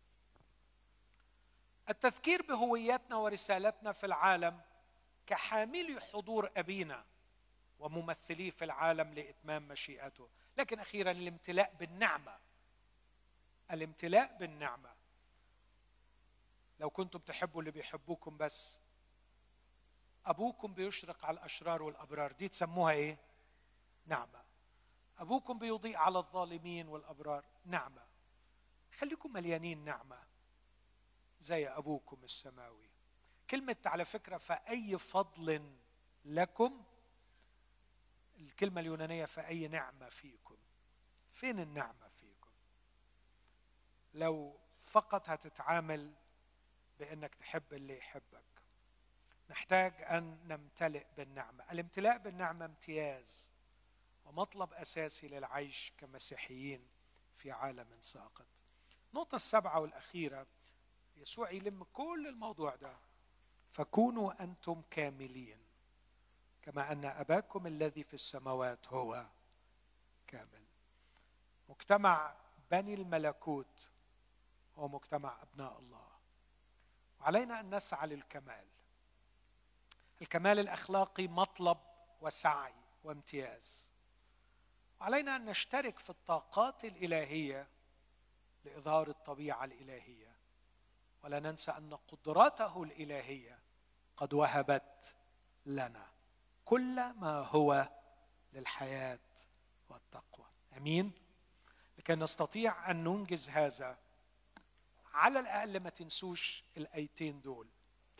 S1: التذكير بهويتنا ورسالتنا في العالم كحاملي حضور أبينا وممثليه في العالم لإتمام مشيئته، لكن أخيرا الامتلاء بالنعمة. الامتلاء بالنعمة. لو كنتم تحبوا اللي بيحبوكم بس، أبوكم بيشرق على الأشرار والأبرار، دي تسموها إيه؟ نعمة. أبوكم بيضيء على الظالمين والأبرار، نعمة. خليكم مليانين نعمة زي أبوكم السماوي. كلمة على فكرة فأي فضل لكم، الكلمة اليونانية فأي نعمة فيكم. فين النعمة فيكم؟ لو فقط هتتعامل بأنك تحب اللي يحبك، نحتاج أن نمتلئ بالنعمة. الامتلاء بالنعمة امتياز ومطلب أساسي للعيش كمسيحيين في عالم ساقط. النقطة السابعة والأخيرة، يسوع يلم كل الموضوع ده: فكونوا أنتم كاملين كما أن أباكم الذي في السماوات هو كامل. مجتمع بني الملكوت هو مجتمع أبناء الله، وعلينا أن نسعى للكمال. الكمال الأخلاقي مطلب وسعي وامتياز، وعلينا أن نشترك في الطاقات الإلهية لإظهار الطبيعة الإلهية، ولا ننسى أن قدراته الإلهية قد وهبت لنا كل ما هو للحياة والتقوى. أمين. لكي نستطيع أن ننجز هذا، على الأقل ما تنسوش الآيتين دول: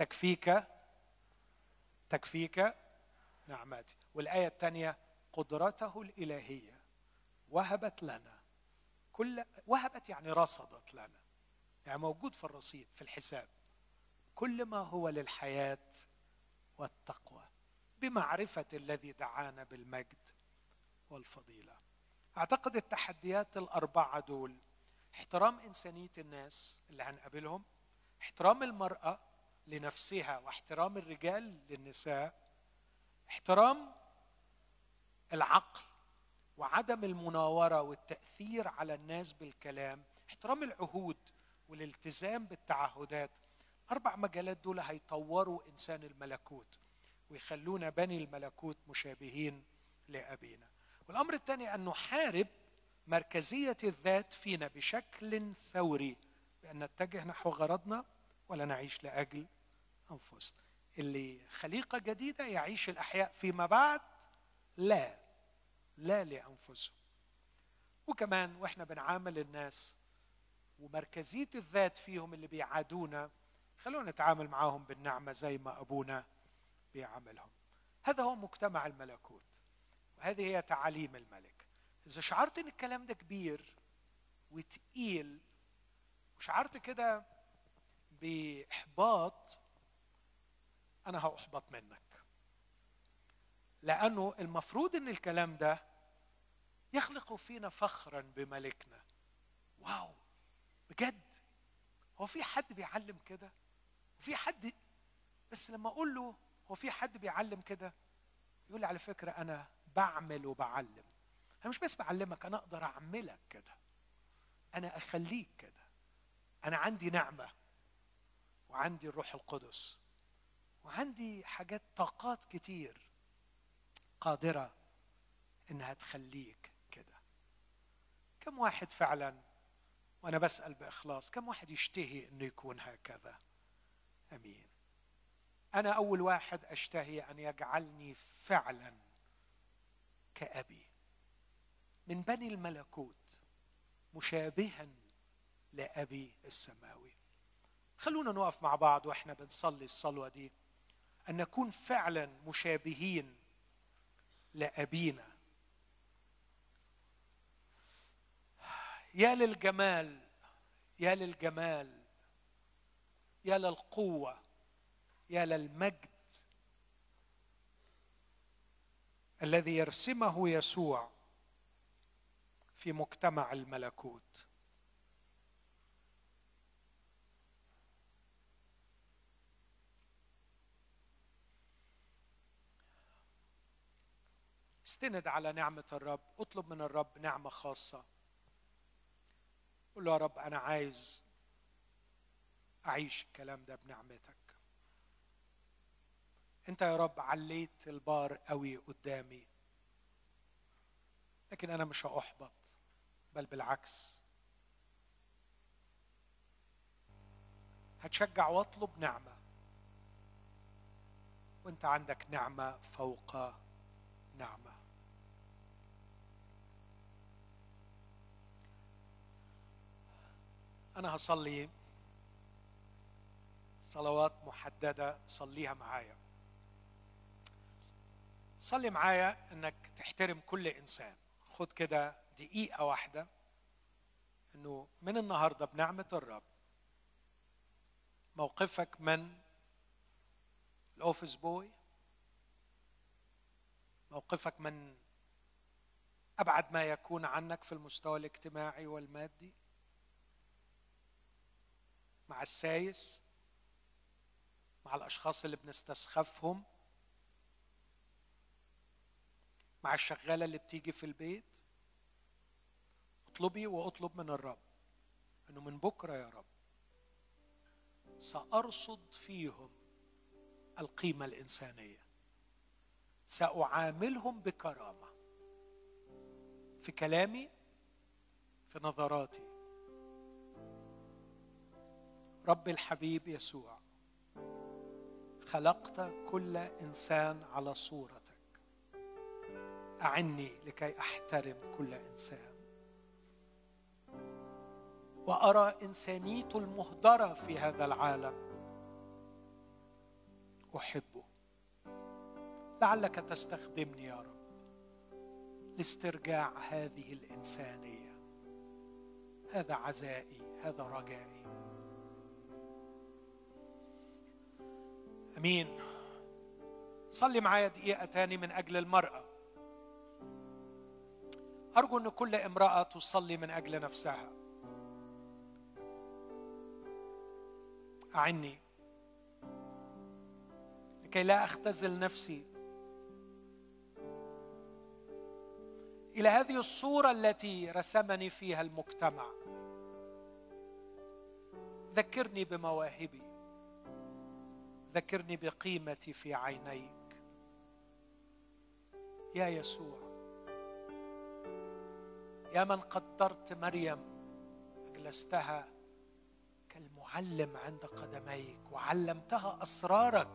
S1: تكفيك نعمتي، والآية الثانية قدرته الإلهية وهبت لنا وهبت يعني رصدت لنا، يعني موجود في الرصيد في الحساب، كل ما هو للحياة والتقوى بمعرفة الذي دعانا بالمجد والفضيلة. أعتقد التحديات الأربعة دول: احترام إنسانية الناس اللي هنقابلهم، احترام المرأة لنفسها واحترام الرجال للنساء، احترام العقل وعدم المناورة والتأثير على الناس بالكلام، احترام العهود والالتزام بالتعهدات. 4 مجالات دول هيطوروا إنسان الملكوت ويخلونا بني الملكوت مشابهين لأبينا. والأمر الثاني أن نحارب مركزية الذات فينا بشكل ثوري، بأن نتجه نحو غرضنا ولا نعيش لأجل أنفسنا. اللي خليقة جديدة يعيش الأحياء فيما بعد لا لأنفسهم. وكمان وإحنا بنعامل الناس ومركزية الذات فيهم اللي بيعادونا، خلونا نتعامل معاهم بالنعمة زي ما أبونا بيعاملهم. هذا هو مجتمع الملكوت، وهذه هي تعاليم الملك. إذا شعرت إن الكلام ده كبير وتقيل وشعرت كده بإحباط، أنا هأحبط منك، لأنه المفروض إن الكلام ده يخلق فينا فخرا بملكنا. واو، بجد هو في حد بيعلم كده؟ وفي حد بس لما أقول له هو في حد بيعلم كده يقول لي على فكرة أنا بعمل وبعلم. أنا مش بس بعلمك، أنا أقدر أعملك كده، أنا أخليك كده. أنا عندي نعمة وعندي الروح القدس وعندي حاجات طاقات كتير قادرة إنها تخليك كده. كم واحد فعلا، وأنا بسأل بإخلاص، كم واحد يشتهي إنه يكون هكذا؟ أمين. أنا أول واحد أشتهي أن يجعلني فعلا كأبي من بني الملكوت، مشابها لأبي السماوي. خلونا نقف مع بعض وإحنا بنصلي الصلوة دي، أن نكون فعلا مشابهين لأبينا. يا للجمال، يا للجمال، يا للقوة، يا للمجد الذي يرسمه يسوع في مجتمع الملكوت. استند على نعمة الرب، اطلب من الرب نعمة خاصة. قل له يا رب أنا عايز أعيش الكلام ده بنعمتك. أنت يا رب عليت البار قوي قدامي، لكن أنا مش هأحبط، بل بالعكس هتشجع واطلب نعمة، وأنت عندك نعمة فوق نعمة. أنا هصلي صلوات محددة، صليها معايا. صلي معايا انك تحترم كل انسان. خد كده دقيقة واحدة انه من النهاردة بنعمة الرب موقفك من الاوفيس بوي، موقفك من ابعد ما يكون عنك في المستوى الاجتماعي والمادي، مع السايس، مع الاشخاص اللي بنستسخفهم، مع الشغالة اللي بتيجي في البيت. اطلبي واطلب من الرب انه من بكرة يا رب سأرصد فيهم القيمة الإنسانية، سأعاملهم بكرامة في كلامي، في نظراتي. رب الحبيب يسوع، خلقت كل إنسان على صورتك، أعني لكي أحترم كل إنسان وأرى إنسانيته المهدرة في هذا العالم، أحبه. لعلك تستخدمني يا رب لاسترجاع هذه الإنسانية. هذا عزائي، هذا رجائي. أمين. صلي معايا دقيقة تاني من أجل المرأة. أرجو أن كل امرأة تصلي من أجل نفسها. أعني لكي لا أختزل نفسي إلى هذه الصورة التي رسمني فيها المجتمع. ذكرني بمواهبي، ذكرني بقيمتي في عينيك يا يسوع. يا من قدرت مريم، أجلستها كالمعلم عند قدميك وعلمتها أسرارك.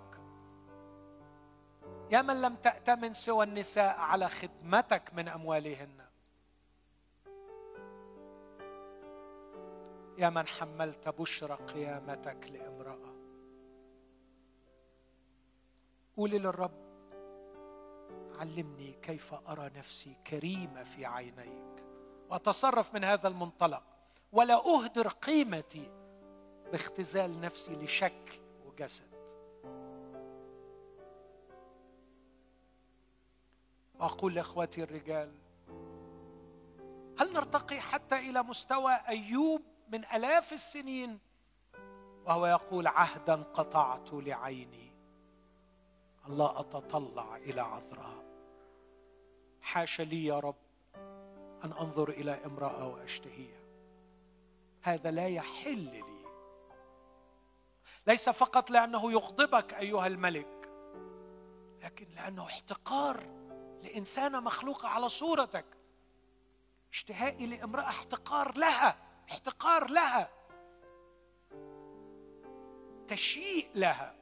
S1: يا من لم تأتمن سوى النساء على خدمتك من أموالهن. يا من حملت بشرى قيامتك لامرأة. قولي للرب علمني كيف أرى نفسي كريمة في عينيك، وأتصرف من هذا المنطلق، ولا أهدر قيمتي باختزال نفسي لشكل وجسد. وأقول لأخواتي الرجال، هل نرتقي حتى إلى مستوى أيوب من آلاف السنين وهو يقول عهدا قطعت لعيني الله أتطلع إلى عذراء؟ حاشا لي يا رب أن أنظر إلى امرأة وأشتهيها. هذا لا يحل لي، ليس فقط لأنه يغضبك أيها الملك، لكن لأنه احتقار لإنسانة مخلوقة على صورتك. اشتهائي لامرأة احتقار لها، احتقار لها، تشيء لها.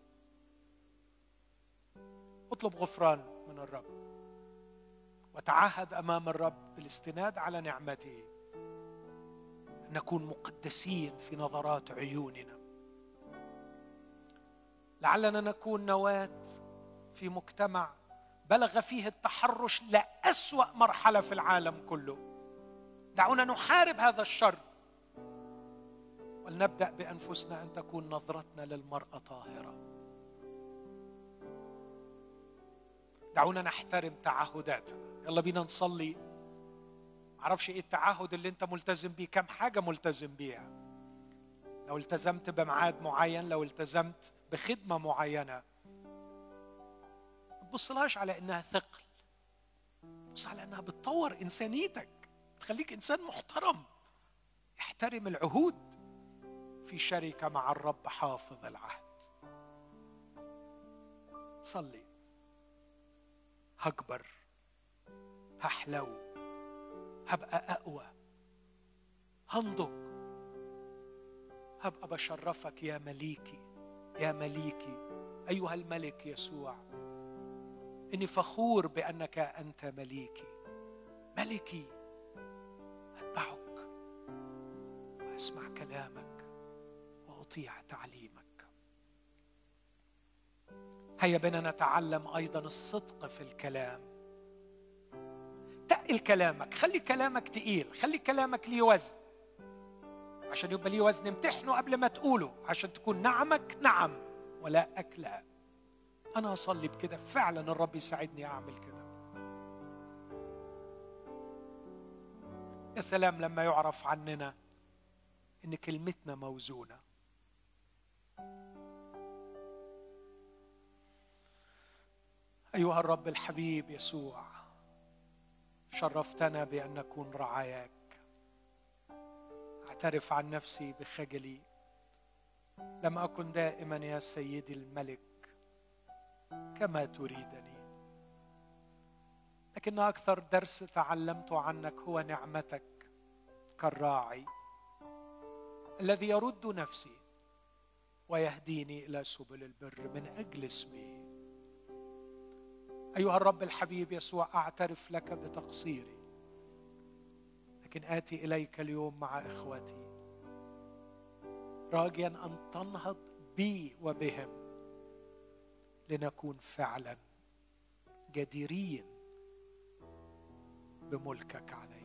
S1: اطلب غفران من الرب وتعهد أمام الرب بالاستناد على نعمته أن نكون مقدسين في نظرات عيوننا. لعلنا نكون نواة في مجتمع بلغ فيه التحرش لأسوأ مرحلة في العالم كله. دعونا نحارب هذا الشر، ولنبدأ بأنفسنا أن تكون نظرتنا للمرأة طاهرة. دعونا نحترم تعهداتنا. يلا بينا نصلي. معرفش ايه التعهد اللي انت ملتزم بيه، كم حاجة ملتزم بيها. لو التزمت بميعاد معين، لو التزمت بخدمة معينة، ما تبصلهاش على انها ثقل، بص على انها بتطور انسانيتك، تخليك انسان محترم. احترم العهود في شركة مع الرب حافظ العهد. صلي. هكبر، هحلو، هبقى أقوى، هنضج، هبقى بشرفك يا مليكي، يا مليكي أيها الملك يسوع. إني فخور بأنك أنت مليكي، ملكي. أتبعك وأسمع كلامك وأطيع تعليمك. هيا بنا نتعلم أيضا الصدق في الكلام. تقل كلامك، خلي كلامك تقيل، خلي كلامك ليه وزن. عشان يبقى ليه وزن امتحنه قبل ما تقوله، عشان تكون نعمك نعم ولا أكلا. أنا أصلي بكده فعلا الرب يساعدني أعمل كده. يا سلام لما يعرف عننا إن كلمتنا موزونة. أيها الرب الحبيب يسوع، شرفتنا بأن نكون رعاياك. أعترف عن نفسي بخجلي، لم أكن دائما يا سيدي الملك كما تريدني، لكن أكثر درس تعلمت عنك هو نعمتك كالراعي الذي يرد نفسي ويهديني إلى سبل البر من أجل اسمه. أيها الرب الحبيب يسوع، أعترف لك بتقصيري، لكن آتي إليك اليوم مع إخوتي راجيا أن تنهض بي وبهم لنكون فعلا جديرين بملكك علينا.